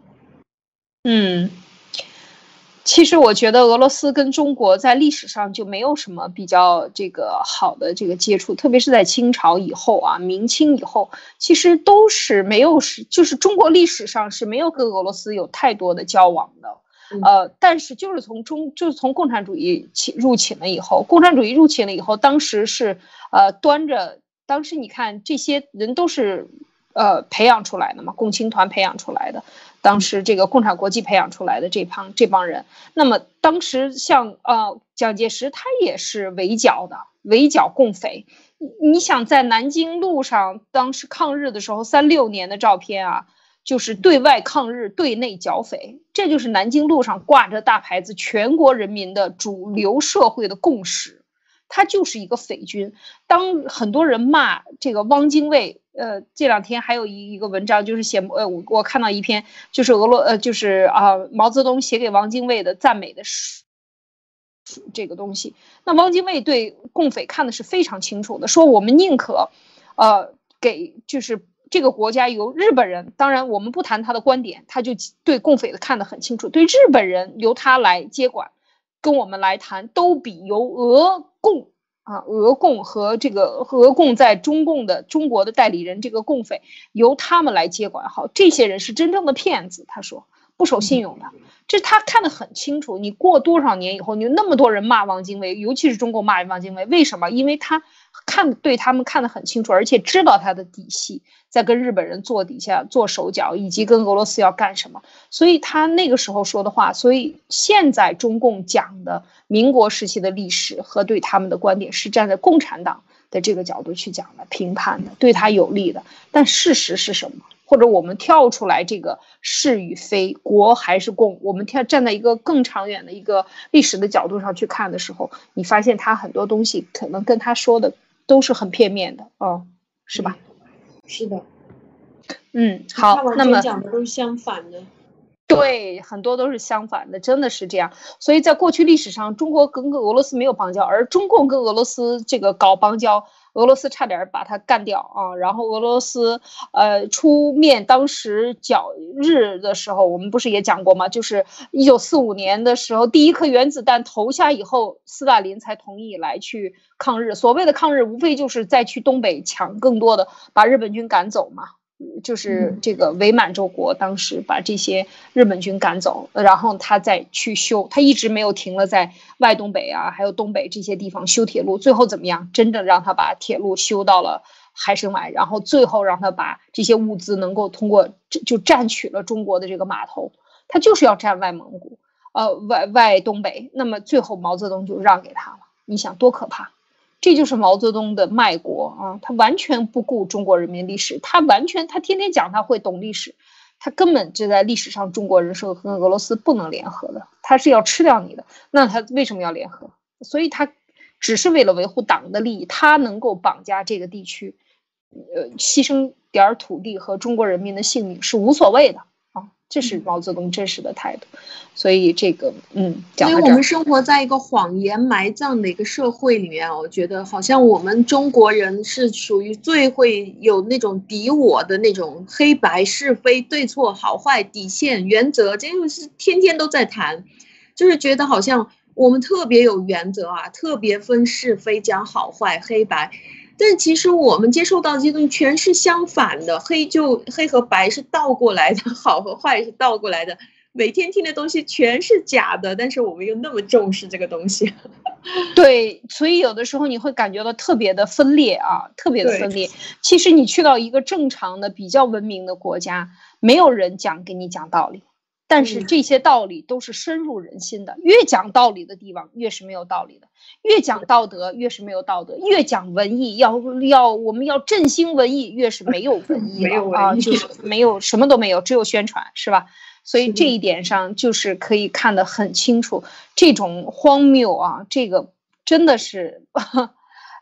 其实我觉得俄罗斯跟中国在历史上就没有什么比较这个好的这个接触，特别是在清朝以后啊，明清以后，其实都是没有就是中国历史上是没有跟俄罗斯有太多的交往的。但是就是从共产主义入侵了以后，当时是当时你看这些人都是培养出来的嘛，共青团培养出来的，当时这个共产国际培养出来的这帮人，那么当时像蒋介石他也是围剿共匪。你想在南京路上当时抗日的时候，36年的照片啊，就是对外抗日，对内剿匪，这就是南京路上挂着大牌子，全国人民的主流社会的共识，他就是一个匪军。当很多人骂这个汪精卫，这两天还有一个文章，就是写我看到一篇，就是毛泽东写给汪精卫的赞美的这个东西。那汪精卫对共匪看的是非常清楚的，说我们宁可给就是这个国家由日本人，当然我们不谈他的观点，他就对共匪的看得很清楚，对日本人由他来接管，跟我们来谈，都比由俄共和这个俄共在中国的代理人这个共匪由他们来接管好，这些人是真正的骗子，他说不守信用的。这他看得很清楚，你过多少年以后，你那么多人骂汪精卫，尤其是中国骂汪精卫，为什么？因为他对他们看得很清楚，而且知道他的底细，在跟日本人做底下做手脚，以及跟俄罗斯要干什么，所以他那个时候说的话，所以现在中共讲的民国时期的历史和对他们的观点是站在共产党的这个角度去讲的，评判的，对他有利的。但事实是什么？或者我们跳出来这个是与非，国还是共，我们站在一个更长远的一个历史的角度上去看的时候，你发现他很多东西可能跟他说的都是很片面的，是吧？ 是的。 好，那么讲的都是相反的。 对，很多都是相反的，真的是这样。所以在过去历史上，中国跟俄罗斯没有邦交，而中共跟俄罗斯这个搞邦交，俄罗斯差点把他干掉啊。然后俄罗斯出面，当时剿日的时候，我们不是也讲过吗？就是1945年的时候，第一颗原子弹投下以后，斯大林才同意来去抗日。所谓的抗日，无非就是再去东北抢更多的，把日本军赶走嘛。就是这个伪满洲国当时把这些日本军赶走，然后他再去修，他一直没有停了在外东北啊，还有东北这些地方修铁路，最后怎么样？真正让他把铁路修到了海参崴，然后最后让他把这些物资能够通过就占取了中国的这个码头，他就是要占外蒙古，外东北，那么最后毛泽东就让给他了，你想多可怕？这就是毛泽东的卖国啊！他完全不顾中国人民历史，他天天讲他会懂历史，他根本就在历史上中国人是跟俄罗斯不能联合的，他是要吃掉你的。那他为什么要联合？所以他只是为了维护党的利益，他能够绑架这个地区，牺牲点土地和中国人民的性命是无所谓的。这是毛泽东真实的态度，所以这个所以我们生活在一个谎言埋葬的一个社会里面，我觉得好像我们中国人是属于最会有那种敌我的那种黑白是非对错好坏底线原则，这就是天天都在谈，就是觉得好像我们特别有原则啊，特别分是非讲好坏黑白。但其实我们接受到这些东西全是相反的，黑和白是倒过来的，好和坏是倒过来的，每天听的东西全是假的，但是我们又那么重视这个东西。 对，所以有的时候你会感觉到特别的分裂啊，特别的分裂。其实你去到一个正常的比较文明的国家，没有人给你讲道理，但是这些道理都是深入人心的，越讲道理的地方越是没有道理的，越讲道德越是没有道德，越讲文艺我们要振兴文艺越是没有文艺了啊，就是没有什么都没有，只有宣传，是吧？所以这一点上就是可以看得很清楚，这种荒谬啊，这个真的是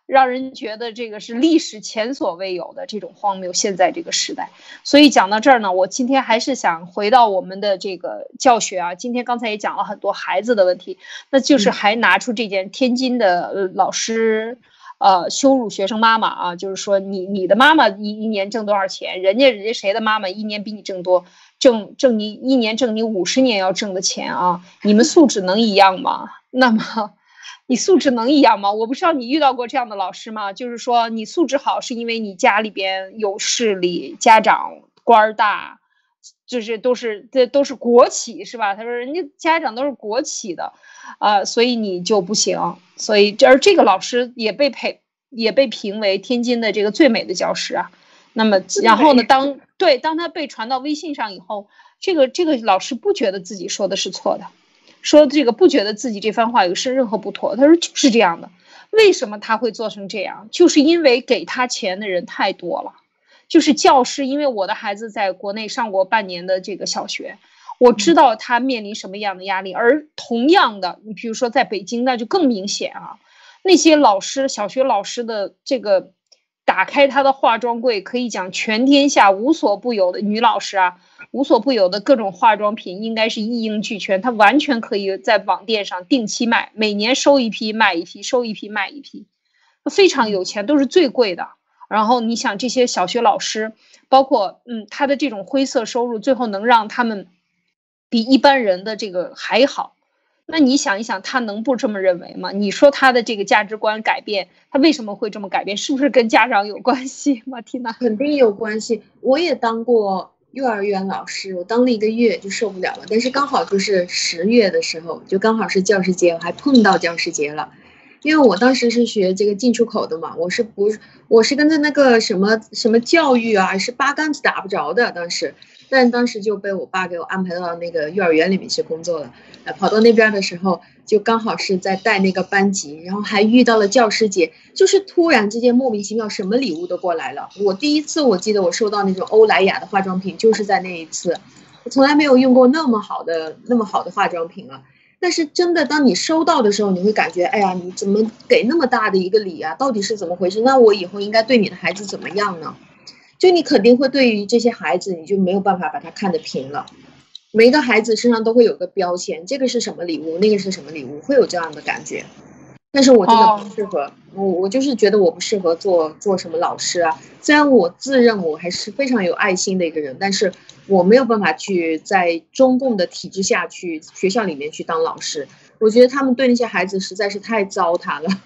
让人觉得这个是历史前所未有的这种荒谬。现在这个时代，所以讲到这儿呢，我今天还是想回到我们的这个教学啊。今天刚才也讲了很多孩子的问题，那就是还拿出这件天津的老师。羞辱学生妈妈啊，就是说你的妈妈一年挣多少钱，人家谁的妈妈一年比你挣多，挣你一年挣你50年要挣的钱啊，你们素质能一样吗？那么你素质能一样吗？我不知道你遇到过这样的老师吗？就是说你素质好是因为你家里边有势力，家长官大，就是都是国企是吧？他说人家家长都是国企的，所以你就不行。所以而这个老师也被评为天津的这个最美的教师啊。那么然后呢，当他被传到微信上以后，这个老师不觉得自己说的是错的，说这个不觉得自己这番话有任何不妥。他说就是这样的。为什么他会做成这样？就是因为给他钱的人太多了。就是教师，因为我的孩子在国内上过半年的这个小学，我知道他面临什么样的压力。而同样的，你比如说在北京，那就更明显啊。那些老师，小学老师的这个打开他的化妆柜，可以讲全天下无所不有的女老师啊，无所不有的各种化妆品，应该是一应俱全。他完全可以在网店上定期卖，每年收一批卖一批，收一批卖一批，非常有钱，都是最贵的。然后你想这些小学老师，包括他的这种灰色收入，最后能让他们比一般人的这个还好。那你想一想，他能不这么认为吗？你说他的这个价值观改变，他为什么会这么改变？是不是跟家长有关系？马蒂娜， 肯定有关系。我也当过幼儿园老师，我当了1个月就受不了了。但是刚好就是10月的时候，就刚好是教师节，我还碰到教师节了。因为我当时是学这个进出口的嘛，我是跟着那个什么教育啊，是八竿子打不着的当时，但当时就被我爸给我安排到那个幼儿园里面去工作了。跑到那边的时候，就刚好是在带那个班级，然后还遇到了教师节，就是突然之间莫名其妙什么礼物都过来了。我第一次我记得我收到那种欧莱雅的化妆品，就是在那一次，我从来没有用过那么好的化妆品了。但是真的，当你收到的时候，你会感觉，哎呀，你怎么给那么大的一个礼啊？到底是怎么回事？那我以后应该对你的孩子怎么样呢？就你肯定会对于这些孩子，你就没有办法把他看得平了。每一个孩子身上都会有个标签，这个是什么礼物，那个是什么礼物，会有这样的感觉。但是我真的不适合，我就是觉得我不适合做什么老师啊。虽然我自认我还是非常有爱心的一个人，但是我没有办法去在中共的体制下去学校里面去当老师。我觉得他们对那些孩子实在是太糟蹋了。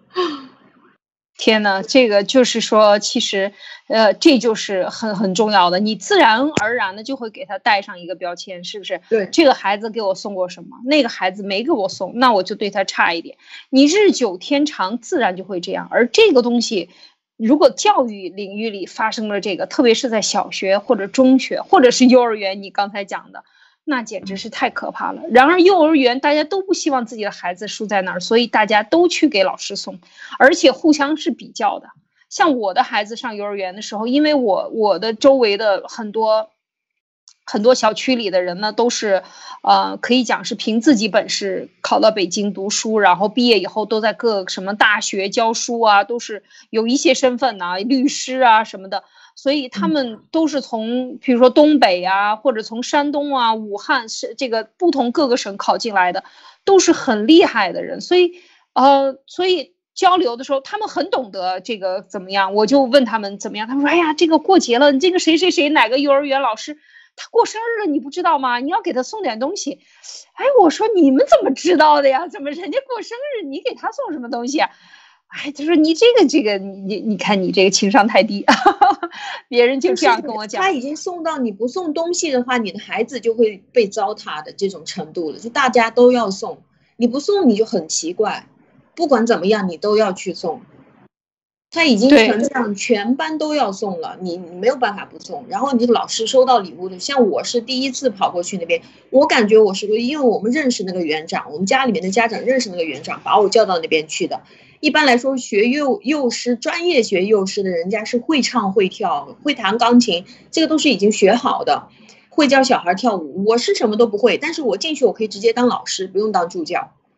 天哪，这个就是说，其实，这就是很重要的。你自然而然的就会给他带上一个标签，是不是？ 对， 这个孩子给我送过什么，那个孩子没给我送，那我就对他差一点。你日久天长，自然就会这样。而这个东西，如果教育领域里发生了这个，特别是在小学或者中学或者是幼儿园，你刚才讲的。那简直是太可怕了。然而幼儿园大家都不希望自己的孩子输在哪儿，所以大家都去给老师送，而且互相是比较的。像我的孩子上幼儿园的时候，因为我的周围的很多小区里的人呢，都是可以讲是凭自己本事考到北京读书，然后毕业以后都在各什么大学教书啊，都是有一些身份啊，律师啊什么的。所以他们都是从比如说东北啊，或者从山东啊、武汉是这个不同各个省考进来的，都是很厉害的人。所以交流的时候，他们很懂得这个怎么样。我就问他们怎么样，他们说：“哎呀，这个过节了，这个谁谁谁哪个幼儿园老师他过生日了，你不知道吗？你要给他送点东西。”哎，我说你们怎么知道的呀？怎么人家过生日，你给他送什么东西啊？哎，他说你这个你看你这个情商太低，别人就这样跟我讲。 他已经送到你不送东西的话，你的孩子就会被糟蹋的这种程度了。就大家都要送，你不送你就很奇怪。不管怎么样，你都要去送。他已经成这样，全班都要送了，你没有办法不送。然后你老师收到礼物的，像我是第一次跑过去那边，我感觉我是因为我们认识那个园长，我们家里面的家长认识那个园长，把我叫到那边去的。一般来说，学幼师专业学幼师的人家是会唱会跳会弹钢琴，这个都是已经学好的，会教小孩跳舞。我是什么都不会，但是我进去我可以直接当老师，不用当助教。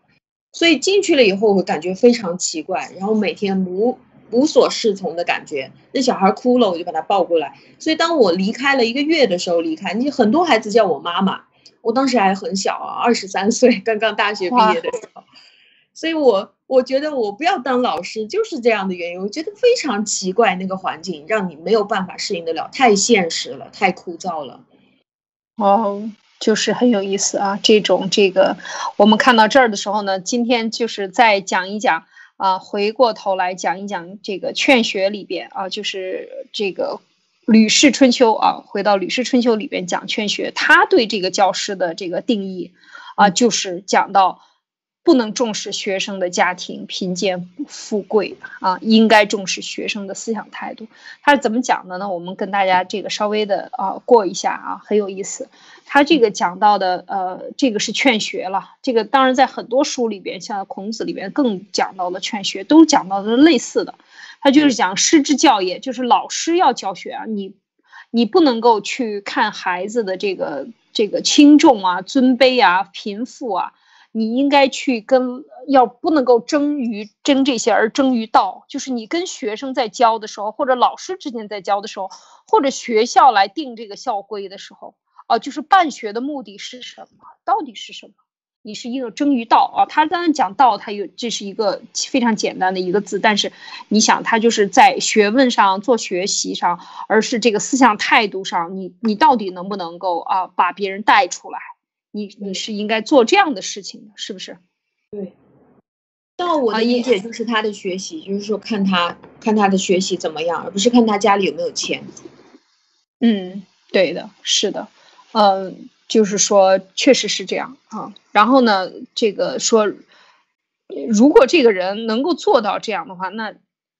所以进去了以后，我感觉非常奇怪，然后每天无所适从的感觉。那小孩哭了，我就把他抱过来。所以当我离开了1个月的时候，你很多孩子叫我妈妈，我当时还很小啊，23岁，刚刚大学毕业的时候。所以我觉得我不要当老师，就是这样的原因。我觉得非常奇怪，那个环境让你没有办法适应得了，太现实了，太枯燥了。 哦，就是很有意思啊，这个，我们看到这儿的时候呢，今天就是再讲一讲啊，回过头来讲一讲这个劝学里边啊，就是这个《吕氏春秋》啊，回到《吕氏春秋》里边讲劝学，他对这个教师的这个定义啊，就是讲到不能重视学生的家庭贫贱富贵啊，应该重视学生的思想态度。他是怎么讲的呢？我们跟大家这个稍微的过一下啊，很有意思。他这个讲到的这个是劝学了。这个当然在很多书里边，像孔子里边更讲到了劝学，都讲到的类似的。他就是讲师之教也，就是老师要教学啊，你不能够去看孩子的这个轻重啊、尊卑啊、贫富啊。你应该去不能够争这些而争于道，就是你跟学生在教的时候，或者老师之间在教的时候，或者学校来定这个校规的时候，就是办学的目的是什么？到底是什么？你是一个争于道啊。他当然讲道，这是一个非常简单的一个字，但是你想，他就是在学问上做学习上，而是这个思想态度上，你到底能不能够把别人带出来？你是应该做这样的事情的，是不是？ 对，到我的理解就是他的学习，就是说看他的学习怎么样，而不是看他家里有没有钱。 对的，是的，就是说确实是这样啊。然后呢，这个说，如果这个人能够做到这样的话，那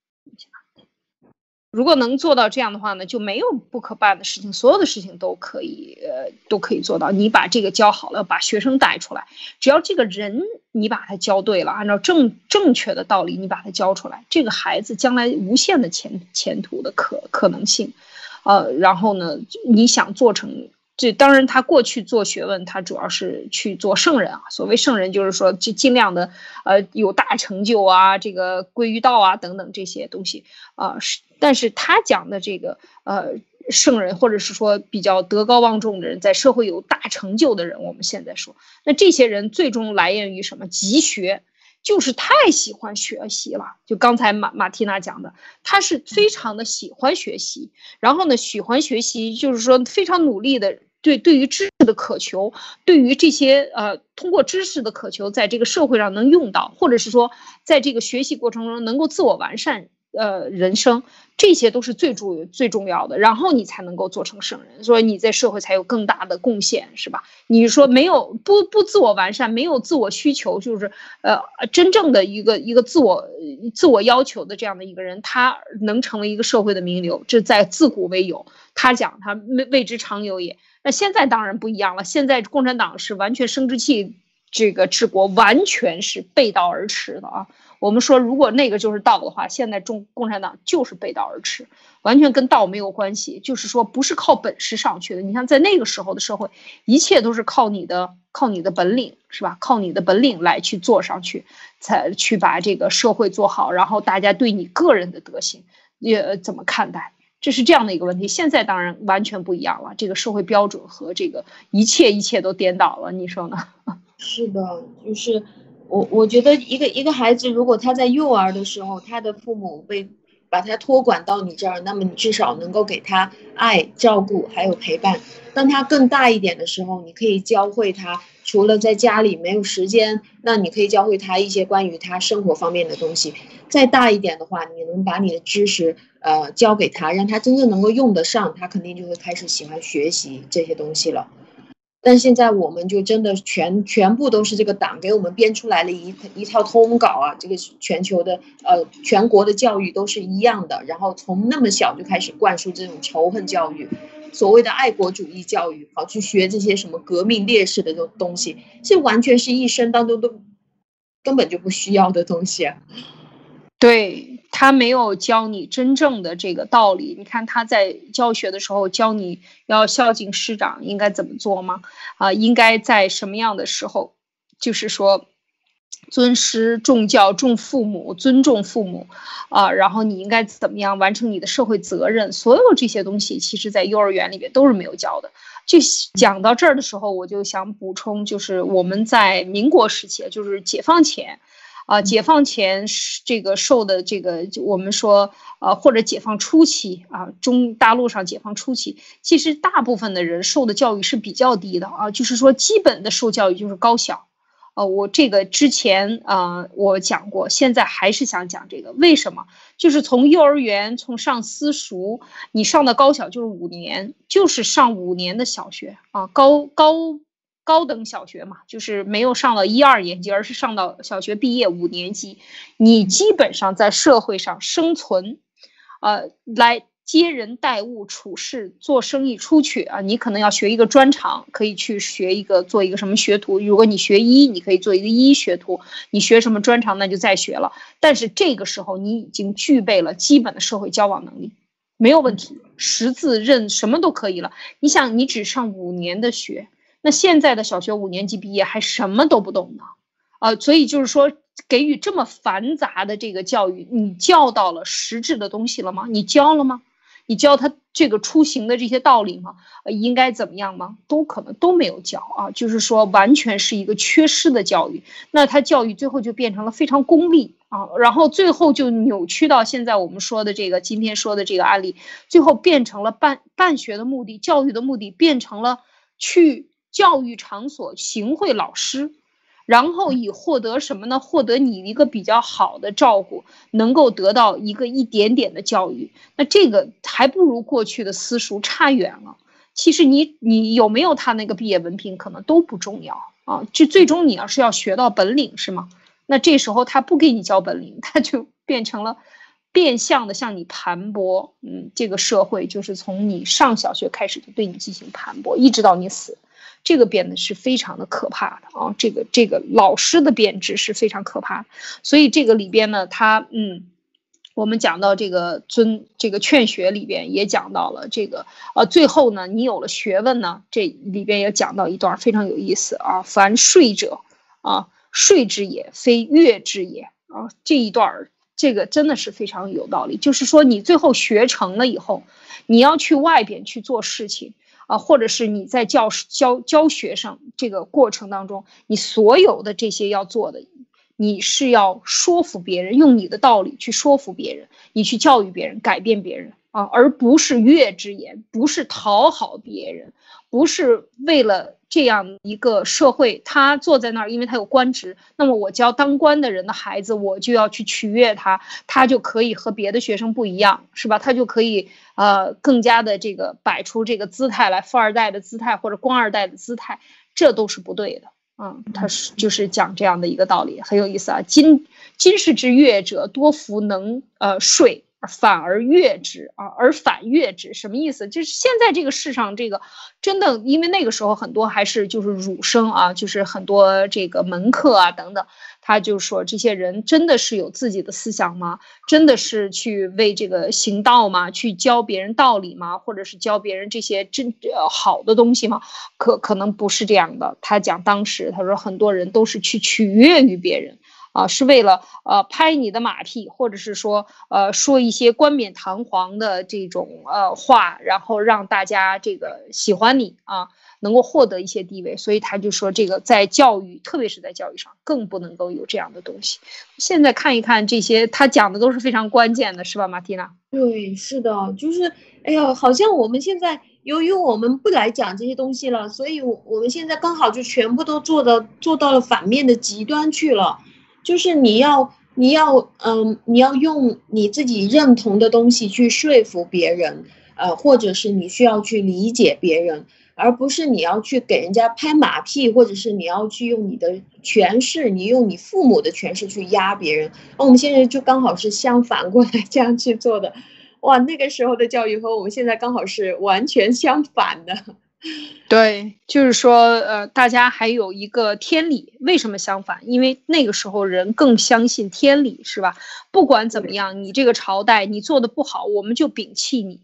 如果能做到这样的话呢，就没有不可办的事情，所有的事情都可以做到。你把这个教好了，把学生带出来，只要这个人你把他教对了，按照正确的道理你把他教出来，这个孩子将来无限的前途的可能性。然后呢，你想做成。这当然，他过去做学问，他主要是去做圣人啊。所谓圣人，就是说就尽量的有大成就啊，这个归于道啊等等这些东西啊。但是他讲的这个圣人，或者是说比较德高望重的人，在社会有大成就的人，我们现在说，那这些人最终来源于什么？积学。就是太喜欢学习了，就刚才马蒂娜讲的，他是非常的喜欢学习，然后呢，喜欢学习就是说非常努力的对于知识的渴求，对于这些通过知识的渴求，在这个社会上能用到，或者是说在这个学习过程中能够自我完善。人生这些都是最重要的，然后你才能够做成圣人，所以你在社会才有更大的贡献，是吧？你说没有不自我完善，没有自我需求，就是真正的一个自我要求的这样的一个人，他能成为一个社会的名流，这在自古为有。他讲他谓之常有也。那现在当然不一样了，现在共产党是完全生殖器这个治国，完全是背道而驰的啊。我们说，如果那个就是道的话，现在共产党就是背道而驰，完全跟道没有关系。就是说，不是靠本事上去的。你看，在那个时候的社会，一切都是靠你的本领，是吧？靠你的本领来去做上去，才去把这个社会做好，然后大家对你个人的德行也怎么看待？这是这样的一个问题。现在当然完全不一样了，这个社会标准和这个一切都颠倒了，你说呢？ 是的，就是我觉得一个孩子，如果他在幼儿的时候，他的父母把他托管到你这儿，那么你至少能够给他爱、照顾还有陪伴。当他更大一点的时候，你可以教会他，除了在家里没有时间，那你可以教会他一些关于他生活方面的东西。再大一点的话，你能把你的知识教给他，让他真正能够用得上，他肯定就会开始喜欢学习这些东西了。但现在我们就真的全部都是这个党给我们编出来了一套通稿啊，这个全球的全国的教育都是一样的，然后从那么小就开始灌输这种仇恨教育，所谓的爱国主义教育，好去学这些什么革命烈士的这种东西，这完全是一生当中都根本就不需要的东西啊。 对，他没有教你真正的这个道理。你看他在教学的时候教你要孝敬师长，应该怎么做吗？应该在什么样的时候，就是说尊师重教重父母，尊重父母然后你应该怎么样完成你的社会责任，所有这些东西其实在幼儿园里面都是没有教的。就讲到这儿的时候，我就想补充，就是我们在民国时期，就是解放前解放前这个受的这个我们说或者解放初期中大陆上解放初期，其实大部分的人受的教育是比较低的就是说基本的受教育就是高小。我这个之前我讲过，现在还是想讲这个。为什么？就是从幼儿园，从上私塾，你上到高小就是5年，就是上5年的小学高等小学嘛，就是没有上到1、2年级，而是上到小学毕业5年级，你基本上在社会上生存，来接人待物处事做生意出去你可能要学一个专长，可以去学一个做一个什么学徒。如果你学医，你可以做一个医学徒，你学什么专长那就再学了。但是这个时候你已经具备了基本的社会交往能力，没有问题，识字认什么都可以了。你想你只上5年的学，那现在的小学5年级毕业还什么都不懂呢所以就是说给予这么繁杂的这个教育，你教到了实质的东西了吗？你教了吗？你教他这个出行的这些道理吗？应该怎么样吗？都可能都没有教就是说完全是一个缺失的教育。那他教育最后就变成了非常功利然后最后就扭曲到现在我们说的这个今天说的这个案例，最后变成了办学的目的，教育的目的变成了去教育场所行贿老师。然后以获得什么呢？获得你一个比较好的照顾，能够得到一点点的教育。那这个还不如过去的私塾差远了。其实你有没有他那个毕业文凭可能都不重要这最终你要是要学到本领是吗？那这时候他不给你教本领，他就变成了变相的向你盘剥。这个社会就是从你上小学开始就对你进行盘剥，一直到你死。这个变得是非常的可怕的这个老师的贬值是非常可怕的。所以这个里边呢，我们讲到这个劝学里边也讲到了这个最后呢，你有了学问呢，这里边也讲到一段非常有意思凡睡者睡之也，非乐之也这一段这个真的是非常有道理。就是说你最后学成了以后，你要去外边去做事情或者是你在教学生这个过程当中，你所有的这些要做的，你是要说服别人，用你的道理去说服别人，你去教育别人，改变别人而不是乐之言，不是讨好别人，不是为了这样一个社会，他坐在那儿，因为他有官职，那么我教当官的人的孩子，我就要去取悦他，他就可以和别的学生不一样，是吧？他就可以更加的这个摆出这个姿态来，富二代的姿态或者官二代的姿态，这都是不对的。他就是讲这样的一个道理，很有意思今世之乐者，多夫能睡，反而乐之而反乐之，什么意思？就是现在这个世上这个真的，因为那个时候很多还是就是儒生就是很多这个门客等等，他就说这些人真的是有自己的思想吗？真的是去为这个行道吗？去教别人道理吗？或者是教别人这些好的东西吗？可能不是这样的。他讲当时他说很多人都是去取悦于别人是为了拍你的马屁，或者是说说一些冠冕堂皇的这种话，然后让大家这个喜欢你能够获得一些地位。所以他就说这个在教育，特别是在教育上更不能够有这样的东西。现在看一看这些他讲的都是非常关键的，是吧，马蒂娜？ 对，是的，就是哎呀，好像我们现在由于我们不来讲这些东西了，所以我们现在刚好就全部都做到了反面的极端去了。就是你要用你自己认同的东西去说服别人，或者是你需要去理解别人，而不是你要去给人家拍马屁，或者是你要去用你的权势，你用你父母的权势去压别人。我们现在就刚好是相反过来这样去做的。哇，那个时候的教育和我们现在刚好是完全相反的。 对，就是说大家还有一个天理。为什么相反？因为那个时候人更相信天理，是吧？不管怎么样，你这个朝代你做的不好，我们就摒弃你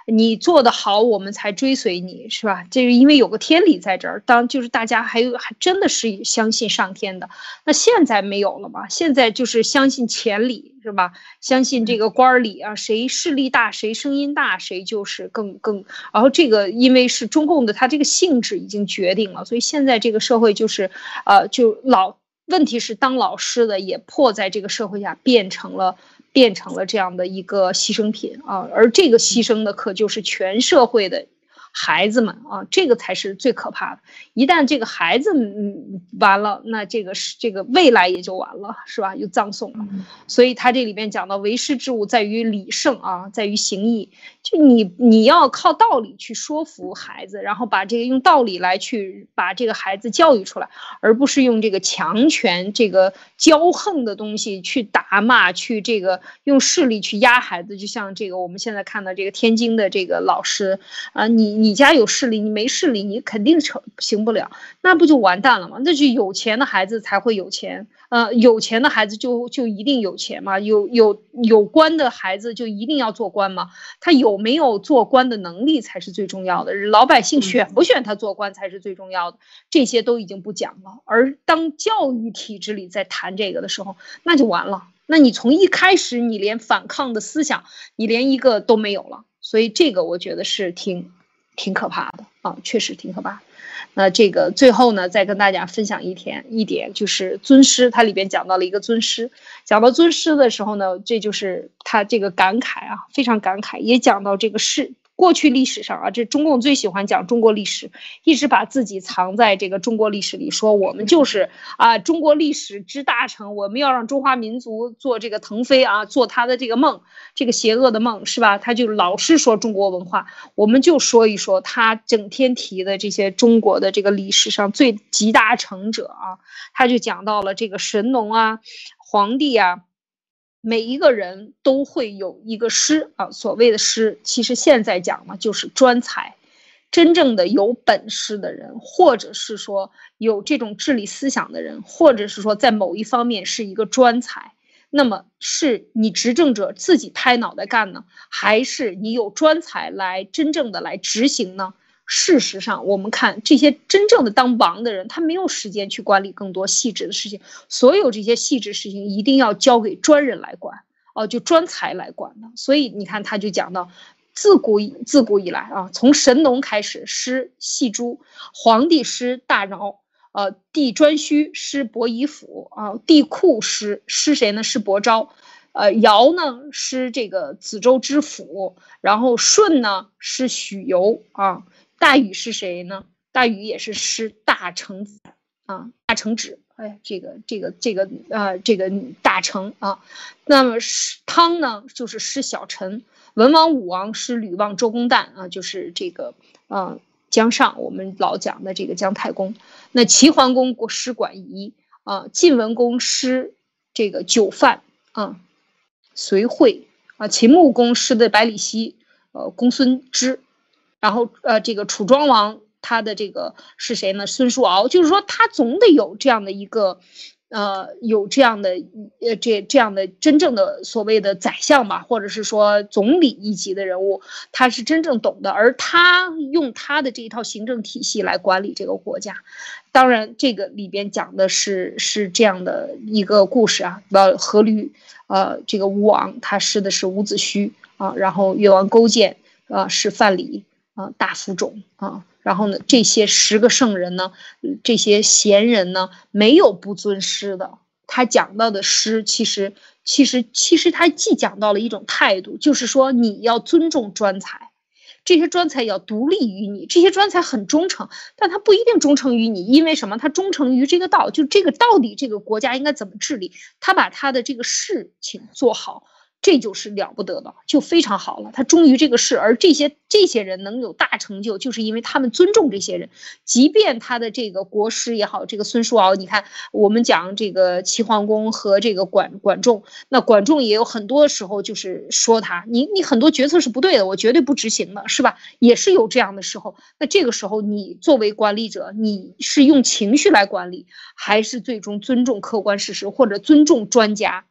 你做得好，我们才追随你，是吧？这是因为有个天理在这儿。就是大家还真的是相信上天的，那现在没有了嘛？现在就是相信钱理，是吧？相信这个官理啊，谁势力大，谁声音大，谁就是更。然后这个因为是中共的，它这个性质已经决定了，所以现在这个社会就是问题是当老师的也迫在这个社会下变成了这样的一个牺牲品啊，而这个牺牲的可就是全社会的孩子们啊，这个才是最可怕的。一旦这个孩子完了，那这个未来也就完了，是吧？又葬送了。所以他这里边讲到为师之务在于理胜啊，在于行义。就你要靠道理去说服孩子，然后把这个用道理来去把这个孩子教育出来，而不是用这个强权、这个骄横的东西去打骂，去这个用势力去压孩子。就像这个我们现在看到这个天津的这个老师啊，你家有势力，你没势力，你肯定行不了，那不就完蛋了吗？那就有钱的孩子才会有钱，有钱的孩子就一定有钱吗？有官的孩子就一定要做官吗？他有没有做官的能力才是最重要的，老百姓选不选他做官才是最重要的，这些都已经不讲了。而当教育体制里在谈这个的时候，那就完了。那你从一开始你连反抗的思想你连一个都没有了，所以这个我觉得是挺可怕的啊，确实挺可怕的。那这个最后呢，再跟大家分享一点，就是尊师，它里边讲到了一个尊师。讲到尊师的时候呢，这就是他这个感慨啊，非常感慨，也讲到这个过去历史上啊，这中共最喜欢讲中国历史，一直把自己藏在这个中国历史里，说我们就是中国历史之大成，我们要让中华民族做这个腾飞啊，做他的这个梦，这个邪恶的梦，是吧？他就老是说中国文化，我们就说一说他整天提的这些中国的这个历史上最集大成者啊，他就讲到了这个神农啊、皇帝啊。每一个人都会有一个师啊，所谓的师，其实现在讲呢就是专才，真正的有本事的人，或者是说有这种治理思想的人，或者是说在某一方面是一个专才，那么是你执政者自己拍脑袋干呢，还是你有专才来真正的来执行呢？事实上，我们看这些真正的当王的人，他没有时间去管理更多细致的事情，所有这些细致事情一定要交给专人来管，就专才来管的。所以你看，他就讲到，自古以来啊，从神农开始施细诸，皇帝施大饶，帝颛顼施伯夷府啊，帝喾施谁呢？施伯昭。尧呢施这个子周之府，然后舜呢施许由啊。大禹是谁呢？大禹也是施大成子啊，大成子。哎，这个大成啊。那么汤呢，就是施小臣。文王武王施吕望周公旦啊，就是这个姜尚，我们老讲的这个姜太公。那齐桓公施管夷啊，晋文公施这个酒饭啊，随惠啊，秦穆公施的百里奚，公孙支。然后这个楚庄王他的这个是谁呢？孙叔敖，就是说他总得有这样的一个有这样的这样的真正的所谓的宰相吧，或者是说总理一级的人物，他是真正懂的，而他用他的这一套行政体系来管理这个国家。当然这个里边讲的是这样的一个故事啊，阖闾这个吴王他施的是伍子胥啊，然后越王勾践是范蠡大夫种啊，然后呢，这些10个圣人呢，这些贤人呢，没有不尊师的。他讲到的师，其实他既讲到了一种态度，就是说你要尊重专才，这些专才要独立于你，这些专才很忠诚，但他不一定忠诚于你，因为什么？他忠诚于这个道，就这个到底这个国家应该怎么治理，他把他的这个事情做好。这就是了不得的，就非常好了。他忠于这个事，而这些人能有大成就，就是因为他们尊重这些人。即便他的这个国师也好，这个孙叔敖，你看我们讲这个齐桓公和这个管仲，那管仲也有很多时候就是说他，你很多决策是不对的，我绝对不执行的，是吧？也是有这样的时候。那这个时候，你作为管理者，你是用情绪来管理，还是最终尊重客观事实，或者尊重专家？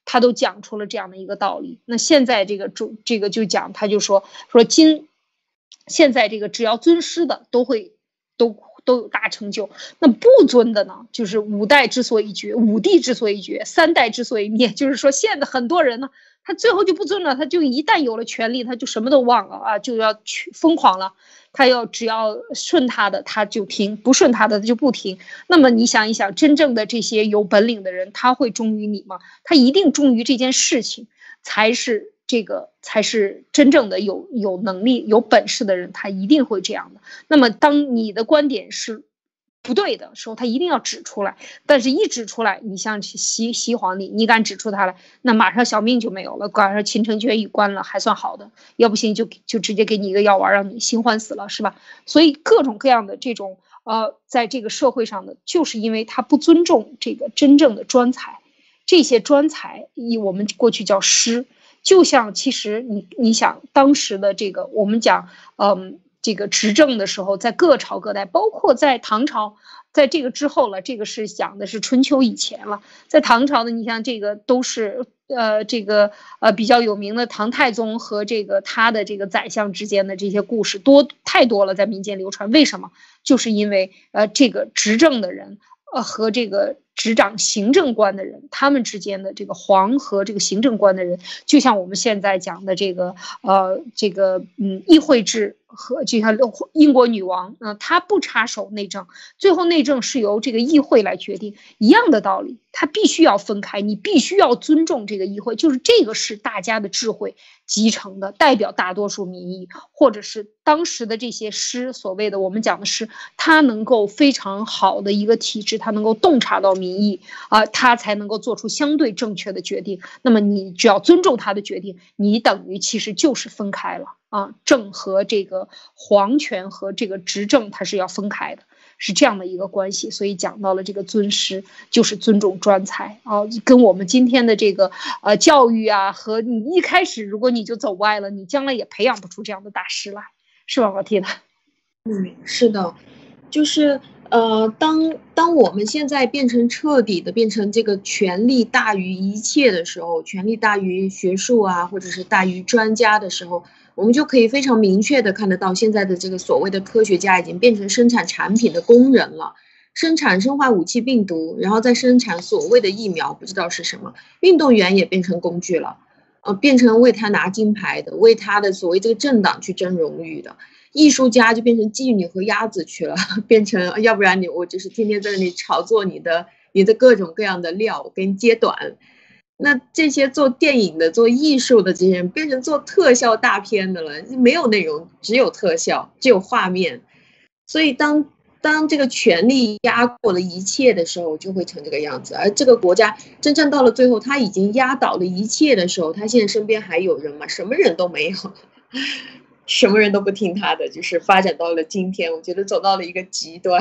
他都讲出了这样的一个道理。那现在这个就讲，他就说现在这个只要尊师的都有大成就，那不尊的呢，就是五代之所以绝，五帝之所以绝，三代之所以灭，就是说现在很多人呢，他最后就不尊了，他就一旦有了权利，他就什么都忘了啊，就要去疯狂了。他只要顺他的他就听，不顺他的他就不听。那么你想一想，真正的这些有本领的人，他会忠于你吗？他一定忠于这件事情，才是真正的有能力有本事的人，他一定会这样的。那么当你的观点是不对的时候，他一定要指出来。但是一指出来，你像西皇帝，你敢指出他来，那马上小命就没有了，赶上秦城监狱关了还算好的，要不行就直接给你一个药丸，让你新欢死了，是吧？所以各种各样的这种在这个社会上的，就是因为他不尊重这个真正的专才。这些专才我们过去叫师，就像其实你想当时的这个我们讲这个执政的时候，在各朝各代，包括在唐朝，在这个之后了，这个是讲的是春秋以前了。在唐朝的，你像这个都是比较有名的唐太宗和这个他的这个宰相之间的这些故事太多了，在民间流传。为什么？就是因为这个执政的人和这个执掌行政官的人，他们之间的这个皇和这个行政官的人，就像我们现在讲的这个议会制，和就像英国女王她不插手内政，最后内政是由这个议会来决定，一样的道理，它必须要分开，你必须要尊重这个议会，就是这个是大家的智慧集成的，代表大多数民意，或者是当时的这些师，所谓的我们讲的师，他能够非常好的一个体制，他能够洞察到民意他才能够做出相对正确的决定。那么你只要尊重他的决定，你等于其实就是分开了政和这个皇权和这个执政它是要分开的，是这样的一个关系。所以讲到了这个尊师，就是尊重专才跟我们今天的这个教育和你一开始如果你就走歪了，你将来也培养不出这样的大师来，是吧，老铁的？ 是的，就是当我们现在彻底的变成这个权力大于一切的时候，权力大于学术或者是大于专家的时候，我们就可以非常明确的看得到，现在的这个所谓的科学家已经变成生产产品的工人了，生产生化武器病毒，然后再生产所谓的疫苗，不知道是什么。运动员也变成工具了，变成为他拿金牌的，为他的所谓这个政党去争荣誉的。艺术家就变成妓女和鸭子去了，变成要不然我就是天天在那里炒作你的各种各样的料，给你揭短。那这些做电影的、做艺术的这些人，变成做特效大片的了，没有内容，只有特效，只有画面。所以当这个权力压过了一切的时候，就会成这个样子。而这个国家真正到了最后，他已经压倒了一切的时候，他现在身边还有人吗？什么人都没有。什么人都不听他的，就是发展到了今天，我觉得走到了一个极端。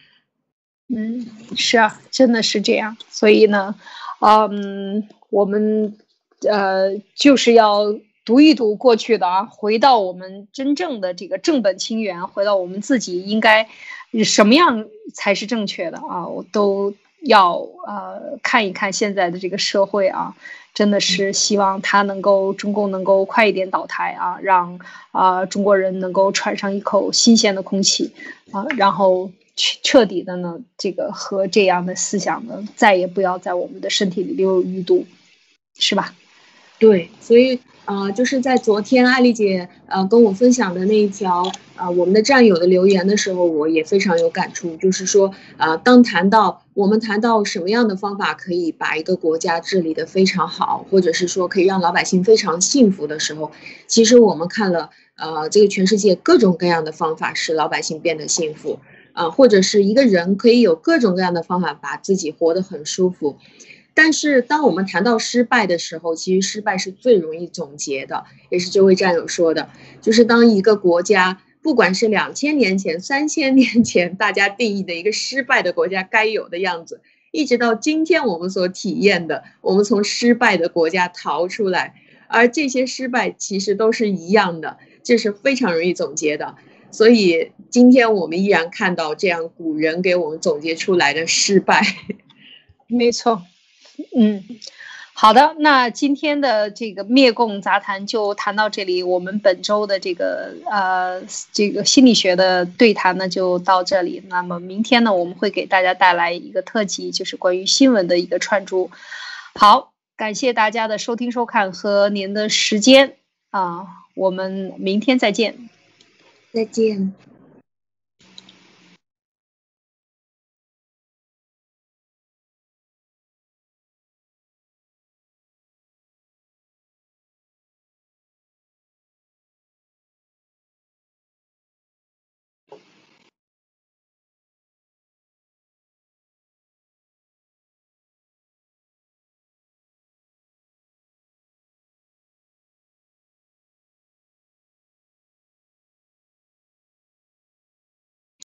是啊，真的是这样。所以呢，我们就是要读一读过去的回到我们真正的这个正本清源，回到我们自己应该什么样才是正确的我都要看一看现在的这个社会真的是希望中共能够快一点倒台让中国人能够喘上一口新鲜的空气然后彻底的呢这个和这样的思想呢再也不要在我们的身体里留有余毒，是吧？ 对，所以就是在昨天艾丽姐跟我分享的那一条我们的战友的留言的时候，我也非常有感触。就是说当我们谈到什么样的方法可以把一个国家治理得非常好，或者是说可以让老百姓非常幸福的时候，其实我们看了这个全世界各种各样的方法使老百姓变得幸福或者是一个人可以有各种各样的方法把自己活得很舒服。但是当我们谈到失败的时候，其实失败是最容易总结的，也是这位战友说的，就是当一个国家不管是2000年前、3000年前大家定义的一个失败的国家该有的样子，一直到今天我们所体验的，我们从失败的国家逃出来，而这些失败其实都是一样的，这是非常容易总结的。所以今天我们依然看到这样古人给我们总结出来的失败。 没错。 好的，那今天的这个灭共杂谈就谈到这里，我们本周的这个心理学的对谈呢就到这里。那么明天呢，我们会给大家带来一个特辑，就是关于新闻的一个串珠。好，感谢大家的收听收看和您的时间啊，我们明天再见。 再见。